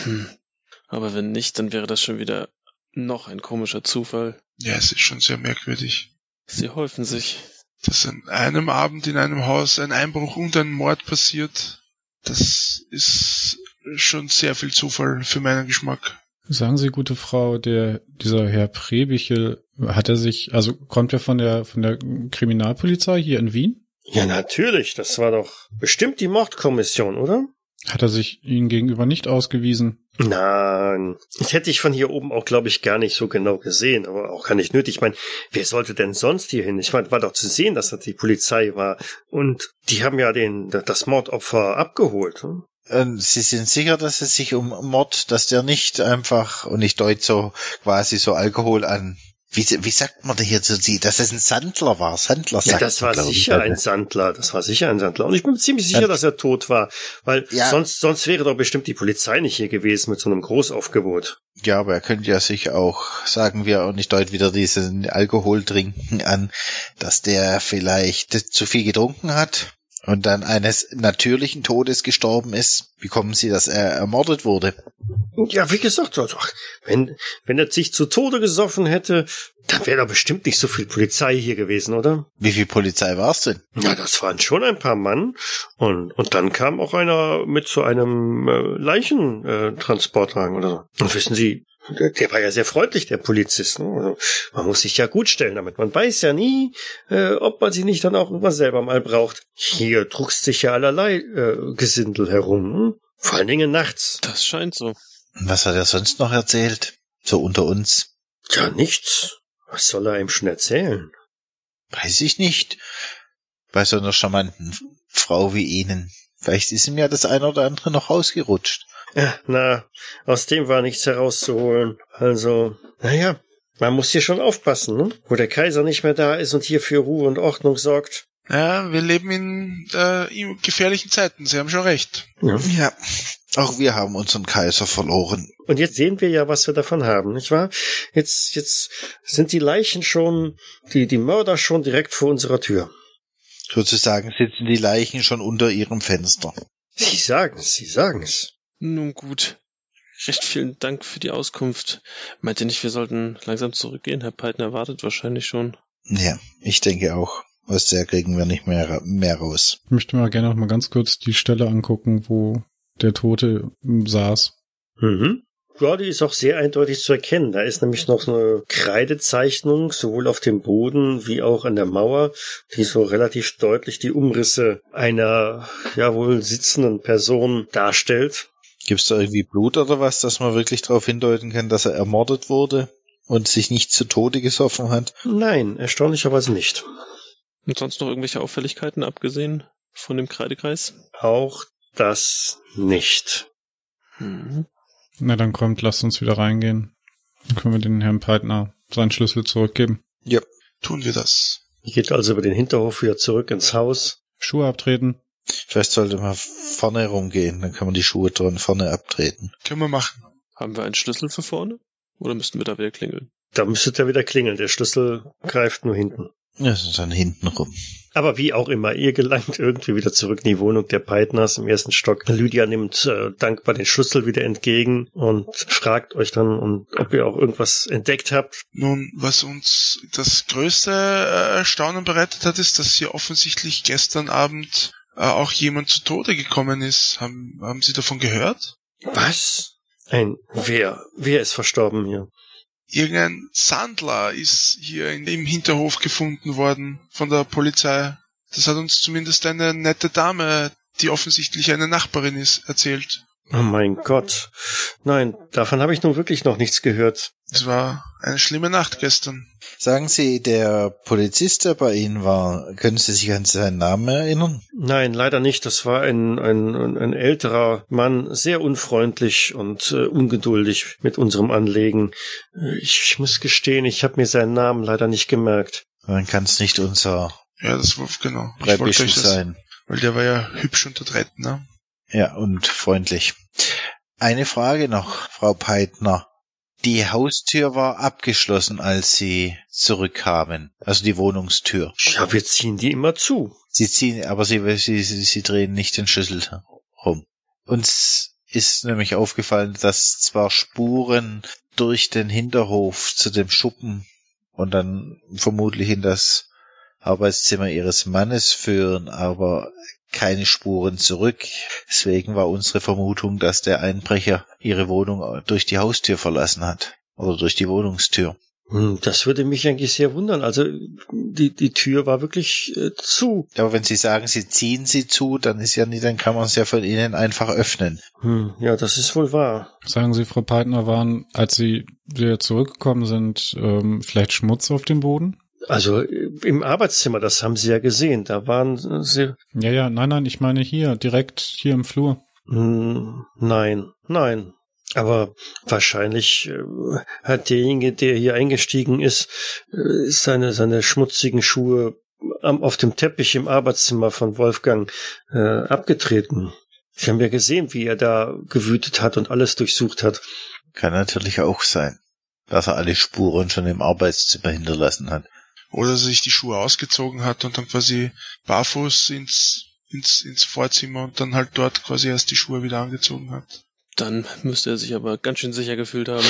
Aber wenn nicht, dann wäre das schon wieder noch ein komischer Zufall. Ja, es ist schon sehr merkwürdig. Sie häufen sich. Dass an einem Abend in einem Haus ein Einbruch und ein Mord passiert, das ist schon sehr viel Zufall für meinen Geschmack. Sagen Sie, gute Frau, dieser Herr Prebichel, kommt er von der Kriminalpolizei hier in Wien? Ja, natürlich. Das war doch bestimmt die Mordkommission, oder? Hat er sich Ihnen gegenüber nicht ausgewiesen? Nein. Das hätte ich von hier oben auch, glaube ich, gar nicht so genau gesehen, aber auch gar nicht nötig. Ich meine, wer sollte denn sonst hier hin? Ich meine, war doch zu sehen, dass das die Polizei war. Und die haben ja das Mordopfer abgeholt. Hm? Sie sind sicher, dass es sich um Mord, dass der nicht einfach, und ich deute so quasi so Alkohol an, wie sagt man da hier zu sie, dass es ein Sandler war? Sandler sagt. Ja, das war sicher ein Sandler. Das war sicher ein Sandler. Und ich bin ziemlich sicher, dass er tot war. Weil sonst wäre doch bestimmt die Polizei nicht hier gewesen mit so einem Großaufgebot. Ja, aber er könnte ja sich auch, sagen wir, und ich deute wieder diesen Alkoholtrinken an, dass der vielleicht zu viel getrunken hat und dann eines natürlichen Todes gestorben ist. Wie kommen Sie, dass er ermordet wurde? Ja, wie gesagt, also, wenn er sich zu Tode gesoffen hätte, dann wäre da bestimmt nicht so viel Polizei hier gewesen, oder? Wie viel Polizei war es denn? Ja, das waren schon ein paar Mann. Und dann kam auch einer mit so einem Leichentransportwagen oder so. Und wissen Sie, der war ja sehr freundlich, der Polizist. Ne? Also, man muss sich ja gut stellen damit. Man weiß ja nie, ob man sie nicht dann auch irgendwas selber mal braucht. Hier druckst sich ja allerlei Gesindel herum. Hm? Vor allen Dingen nachts. Das scheint so. Was hat er sonst noch erzählt? So unter uns? Ja, nichts. Was soll er ihm schon erzählen? Weiß ich nicht. Bei so einer charmanten Frau wie Ihnen. Vielleicht ist ihm ja das eine oder andere noch rausgerutscht. Ja, na, aus dem war nichts herauszuholen. Also, naja, man muss hier schon aufpassen, ne? Wo der Kaiser nicht mehr da ist und hier für Ruhe und Ordnung sorgt. Ja, wir leben in gefährlichen Zeiten, Sie haben schon recht. Ja, auch wir haben unseren Kaiser verloren. Und jetzt sehen wir ja, was wir davon haben, nicht wahr? Jetzt sind die Leichen schon, die Mörder schon direkt vor unserer Tür. Sozusagen sitzen die Leichen schon unter ihrem Fenster. Sie sagen's. Nun gut. Recht vielen Dank für die Auskunft. Meint ihr nicht, wir sollten langsam zurückgehen? Herr Peitner wartet wahrscheinlich schon. Ja, ich denke auch. Aus der kriegen wir nicht mehr raus. Ich möchte mal gerne noch mal ganz kurz die Stelle angucken, wo der Tote saß. Mhm. Ja, die ist auch sehr eindeutig zu erkennen. Da ist nämlich noch so eine Kreidezeichnung, sowohl auf dem Boden wie auch an der Mauer, die so relativ deutlich die Umrisse einer, ja wohl sitzenden Person darstellt. Gibt's da irgendwie Blut oder was, dass man wirklich darauf hindeuten kann, dass er ermordet wurde und sich nicht zu Tode gesoffen hat? Nein, erstaunlicherweise nicht. Und sonst noch irgendwelche Auffälligkeiten, abgesehen von dem Kreidekreis? Auch das nicht. Na dann kommt, lasst uns wieder reingehen. Dann können wir den Herrn Peitner seinen Schlüssel zurückgeben. Ja, tun wir das. Ihr geht also über den Hinterhof wieder zurück ins Haus. Schuhe abtreten. Vielleicht sollte man vorne rumgehen, dann kann man die Schuhe dran vorne abtreten. Können wir machen. Haben wir einen Schlüssel für vorne? Oder müssten wir da wieder klingeln? Da müsstet ihr wieder klingeln. Der Schlüssel greift nur hinten. Ja, dann hinten rum. Aber wie auch immer, ihr gelangt irgendwie wieder zurück in die Wohnung der Peitners im ersten Stock. Lydia nimmt dankbar den Schlüssel wieder entgegen und fragt euch dann, ob ihr auch irgendwas entdeckt habt. Nun, was uns das größte Erstaunen bereitet hat, ist, dass hier offensichtlich gestern Abend auch jemand zu Tode gekommen ist. Haben Sie davon gehört? Was? Wer ist verstorben hier? Irgendein Sandler ist hier im Hinterhof gefunden worden von der Polizei. Das hat uns zumindest eine nette Dame, die offensichtlich eine Nachbarin ist, erzählt. Oh mein Gott. Nein, davon habe ich nun wirklich noch nichts gehört. Es war eine schlimme Nacht gestern. Sagen Sie, der Polizist, der bei Ihnen war, können Sie sich an seinen Namen erinnern? Nein, leider nicht. Das war ein älterer Mann, sehr unfreundlich und ungeduldig mit unserem Anlegen. Ich muss gestehen, ich habe mir seinen Namen leider nicht gemerkt. Dann kann es nicht unser Ja, das war, genau. Breibischl sein. Weil der war ja hübsch und adrett, ne? Ja, und freundlich. Eine Frage noch, Frau Peitner. Die Haustür war abgeschlossen, als Sie zurückkamen, also die Wohnungstür. Ja, wir ziehen die immer zu. Sie drehen nicht den Schlüssel rum. Uns ist nämlich aufgefallen, dass zwar Spuren durch den Hinterhof zu dem Schuppen und dann vermutlich in das Arbeitszimmer Ihres Mannes führen, aber keine Spuren zurück. Deswegen war unsere Vermutung, dass der Einbrecher Ihre Wohnung durch die Haustür verlassen hat. Oder durch die Wohnungstür. Das würde mich eigentlich sehr wundern. Also die Tür war wirklich zu. Aber wenn Sie sagen, Sie ziehen sie zu, dann kann man es ja von Ihnen einfach öffnen. Ja, das ist wohl wahr. Sagen Sie, Frau Peitner, waren, als Sie wieder zurückgekommen sind, vielleicht Schmutz auf dem Boden? Also im Arbeitszimmer, das haben Sie ja gesehen, da waren Sie... Ja, nein, ich meine direkt hier im Flur. Nein. Aber wahrscheinlich hat derjenige, der hier eingestiegen ist, seine schmutzigen Schuhe auf dem Teppich im Arbeitszimmer von Wolfgang abgetreten. Sie haben ja gesehen, wie er da gewütet hat und alles durchsucht hat. Kann natürlich auch sein, dass er alle Spuren schon im Arbeitszimmer hinterlassen hat. Oder dass er sich die Schuhe ausgezogen hat und dann quasi barfuß ins Vorzimmer und dann halt dort quasi erst die Schuhe wieder angezogen hat. Dann müsste er sich aber ganz schön sicher gefühlt haben.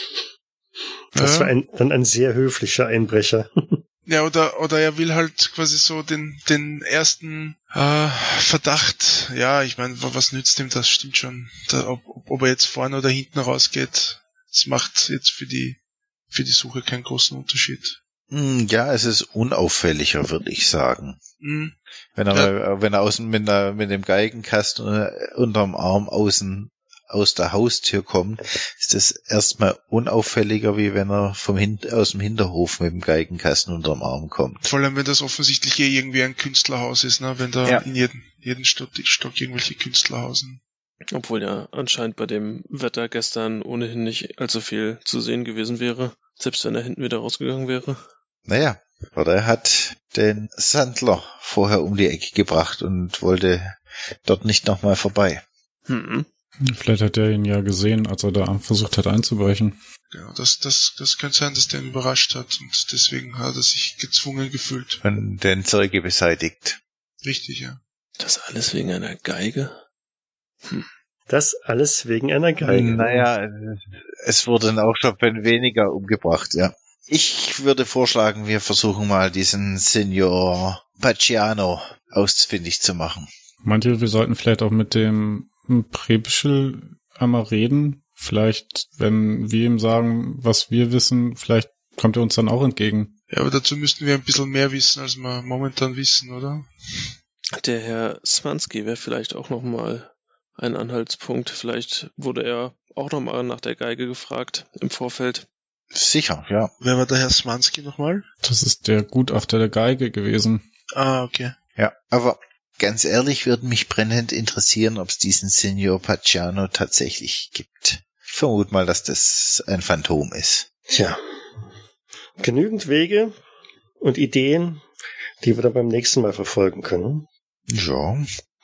Das war dann ein sehr höflicher Einbrecher. Ja, oder er will halt quasi so den ersten Verdacht, ja, ich meine, was nützt ihm das, stimmt schon. Ob er jetzt vorne oder hinten rausgeht, das macht jetzt für die Suche keinen großen Unterschied. Ja, es ist unauffälliger, würde ich sagen. Wenn er mit dem Geigenkasten unterm Arm aus der Haustür kommt, ist das erstmal unauffälliger, wie wenn er aus dem Hinterhof mit dem Geigenkasten unterm Arm kommt. Vor allem, wenn das offensichtlich irgendwie ein Künstlerhaus ist, ne? Wenn da in jedem Stock irgendwelche Künstler hausen. Obwohl ja anscheinend bei dem Wetter gestern ohnehin nicht allzu viel zu sehen gewesen wäre, selbst wenn er hinten wieder rausgegangen wäre. Naja, oder er hat den Sandler vorher um die Ecke gebracht und wollte dort nicht nochmal vorbei. Vielleicht hat er ihn ja gesehen, als er da versucht hat einzubrechen. Ja, das könnte sein, dass der ihn überrascht hat und deswegen hat er sich gezwungen gefühlt. Und den Zeuge beseitigt. Richtig, ja. Das alles wegen einer Geige? Das alles wegen einer Geige. Naja, es wurden auch schon weniger umgebracht, ja. Ich würde vorschlagen, wir versuchen mal diesen Signor Pacciano ausfindig zu machen. Meint ihr, wir sollten vielleicht auch mit dem Breibischl einmal reden? Vielleicht, wenn wir ihm sagen, was wir wissen, vielleicht kommt er uns dann auch entgegen. Ja, aber dazu müssten wir ein bisschen mehr wissen, als wir momentan wissen, oder? Der Herr Swansky wäre vielleicht auch nochmal ein Anhaltspunkt. Vielleicht wurde er auch nochmal nach der Geige gefragt im Vorfeld. Sicher, ja. Wer war der Herr Swansky nochmal? Das ist der Gutachter der Geige gewesen. Ah, okay. Ja, aber ganz ehrlich würde mich brennend interessieren, ob es diesen Signor Pacciano tatsächlich gibt. Ich vermute mal, dass das ein Phantom ist. Tja, genügend Wege und Ideen, die wir dann beim nächsten Mal verfolgen können. Ja.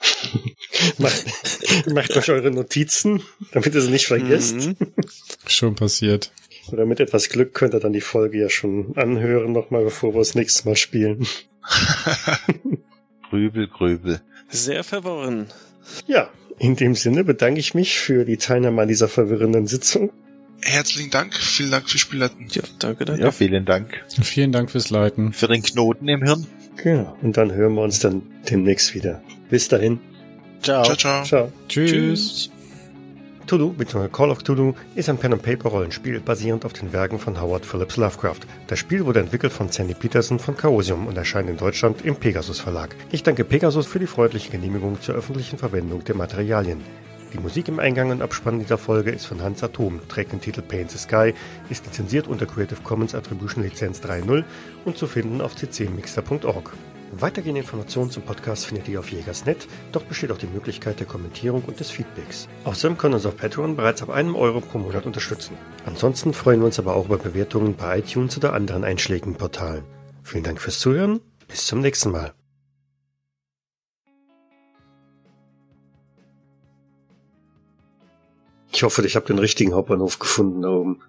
Macht euch eure Notizen, damit ihr sie nicht vergesst. Schon passiert. Oder mit etwas Glück könnt ihr dann die Folge ja schon anhören, nochmal, bevor wir das nächste Mal spielen. Grübel. Sehr verworren. Ja, in dem Sinne bedanke ich mich für die Teilnahme an dieser verwirrenden Sitzung. Herzlichen Dank. Vielen Dank fürs Spielleiten. Ja, danke. Ja, vielen Dank. Vielen Dank fürs Leiten. Für den Knoten im Hirn. Genau. Und dann hören wir uns dann demnächst wieder. Bis dahin. Ciao. Ciao, ciao. Ciao. Tschüss. Cthulhu bzw. Call of Cthulhu ist ein Pen-and-Paper-Rollenspiel basierend auf den Werken von Howard Phillips Lovecraft. Das Spiel wurde entwickelt von Sandy Peterson von Chaosium und erscheint in Deutschland im Pegasus Verlag. Ich danke Pegasus für die freundliche Genehmigung zur öffentlichen Verwendung der Materialien. Die Musik im Eingang und Abspann dieser Folge ist von Hans Atom, trägt den Titel Paint the Sky, ist lizenziert unter Creative Commons Attribution Lizenz 3.0 und zu finden auf ccmixter.org. Weitergehende Informationen zum Podcast findet ihr auf Jägers.net, dort besteht auch die Möglichkeit der Kommentierung und des Feedbacks. Außerdem können uns auf Patreon bereits ab €1 pro Monat unterstützen. Ansonsten freuen wir uns aber auch über Bewertungen bei iTunes oder anderen einschlägigen Portalen. Vielen Dank fürs Zuhören, bis zum nächsten Mal. Ich hoffe, ich habe den richtigen Hauptbahnhof gefunden da oben.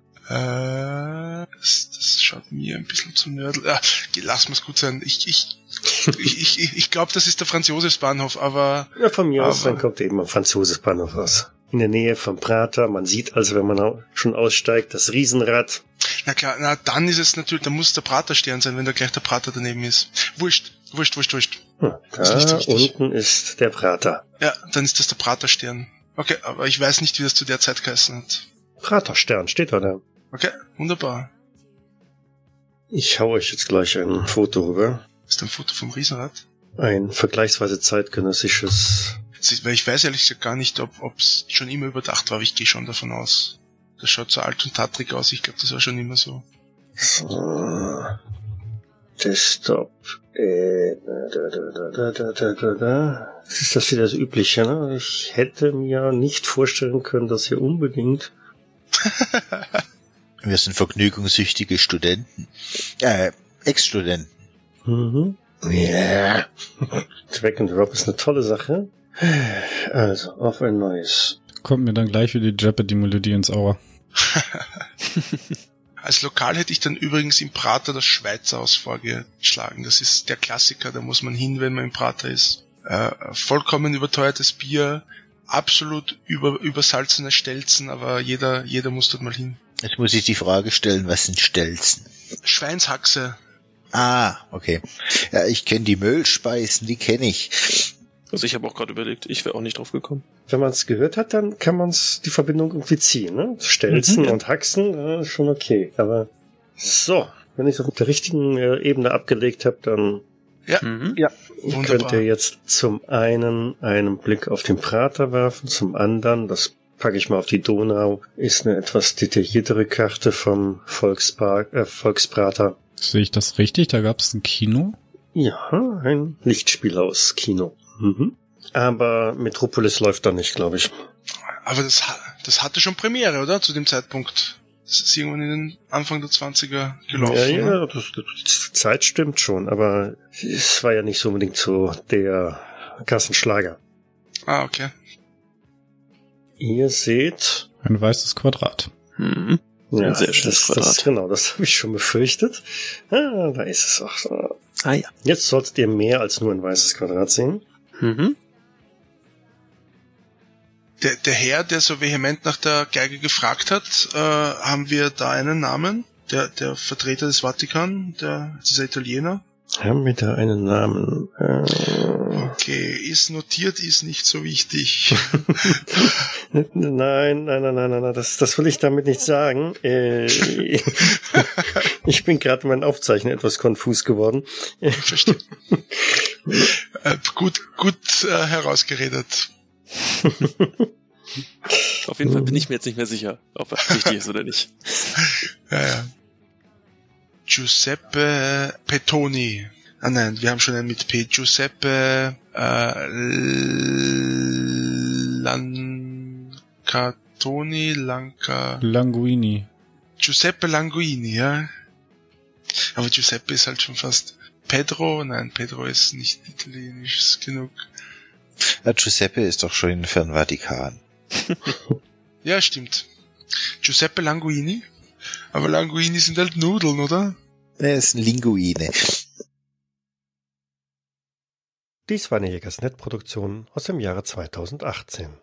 Das schaut mir ein bisschen zu nördel. Lass mal's gut sein. Ich glaube, das ist der Franz-Josefs-Bahnhof, aber... Ja, von mir aus, dann kommt eben am Franz-Josefs-Bahnhof aus. In der Nähe vom Prater. Man sieht also, wenn man schon aussteigt, das Riesenrad. Na klar, dann ist es natürlich, da muss der Praterstern sein, wenn da gleich der Prater daneben ist. Wurscht. Da unten ist der Prater. Ja, dann ist das der Praterstern. Okay, aber ich weiß nicht, wie das zu der Zeit geheißen hat. Praterstern steht da. Okay, wunderbar. Ich hau euch jetzt gleich ein Foto rüber. Ist ein Foto vom Riesenrad? Ein vergleichsweise zeitgenössisches... Weil ich weiß ehrlich gesagt gar nicht, ob es schon immer überdacht war, aber ich gehe schon davon aus. Das schaut so alt und tatrig aus, ich glaube, das war schon immer so. So. Desktop. Das ist das wieder das Übliche, ne? Ich hätte mir nicht vorstellen können, dass hier unbedingt... Wir sind vergnügungssüchtige Studenten. Ex-Studenten. Mhm. Ja. Drag and Drop ist eine tolle Sache. Also, auf ein neues. Kommt mir dann gleich wieder die Jeopardy-Melodie ins Ohr. Als Lokal hätte ich dann übrigens im Prater das Schweizer Haus vorgeschlagen. Das ist der Klassiker, da muss man hin, wenn man im Prater ist. Vollkommen überteuertes Bier, absolut übersalzene Stelzen, aber jeder muss dort mal hin. Jetzt muss ich die Frage stellen, was sind Stelzen? Schweinshaxe. Ah, okay. Ja, ich kenne die Mehlspeisen, die kenne ich. Also ich habe auch gerade überlegt, ich wäre auch nicht drauf gekommen. Wenn man es gehört hat, dann kann man die Verbindung irgendwie ziehen, ne? Stelzen und Haxen, ist schon okay. Aber so, wenn ich es auf der richtigen Ebene abgelegt habe, dann ja, könnt ihr jetzt zum einen Blick auf den Prater werfen, zum anderen, das packe ich mal auf die Donau, ist eine etwas detailliertere Karte vom Volksprater. Sehe ich das richtig? Da gab es ein Kino? Ja, ein Lichtspielhaus-Kino. Mhm. Aber Metropolis läuft da nicht, glaube ich. Aber das hatte schon Premiere, oder? Zu dem Zeitpunkt. Das ist irgendwann in den Anfang der 20er gelaufen. Ja, die Zeit stimmt schon, aber es war ja nicht so unbedingt so der Kassenschlager. Ah, okay. Ihr seht... Ein weißes Quadrat. Mhm. Ja, ein sehr schönes Quadrat. Genau, das habe ich schon befürchtet. Ah, da ist es auch. Ah ja. Jetzt solltet ihr mehr als nur ein weißes Quadrat sehen. Mhm. Der Herr, der so vehement nach der Geige gefragt hat, haben wir da einen Namen? Der Vertreter des Vatikan, dieser Italiener? Haben wir da einen Namen? Okay, ist notiert, ist nicht so wichtig. Nein, das will ich damit nicht sagen. Ich bin gerade in meinem Aufzeichnen etwas konfus geworden. Verstehe. Gut herausgeredet. Auf jeden Fall bin ich mir jetzt nicht mehr sicher, ob er wichtig ist oder nicht. Ja. Giuseppe Pettoni. Ah nein, wir haben schon einen mit P. Giuseppe Languini. Giuseppe Languini, ja. Aber Giuseppe ist halt schon fast Pedro. Nein, Pedro ist nicht italienisch genug. Ja, Giuseppe ist doch schon für den Vatikan. Ja, stimmt. Giuseppe Languini? Aber Languini sind halt Nudeln, oder? Er ist ein Linguine. Dies war eine Jägersnet-Produktion aus dem Jahre 2018.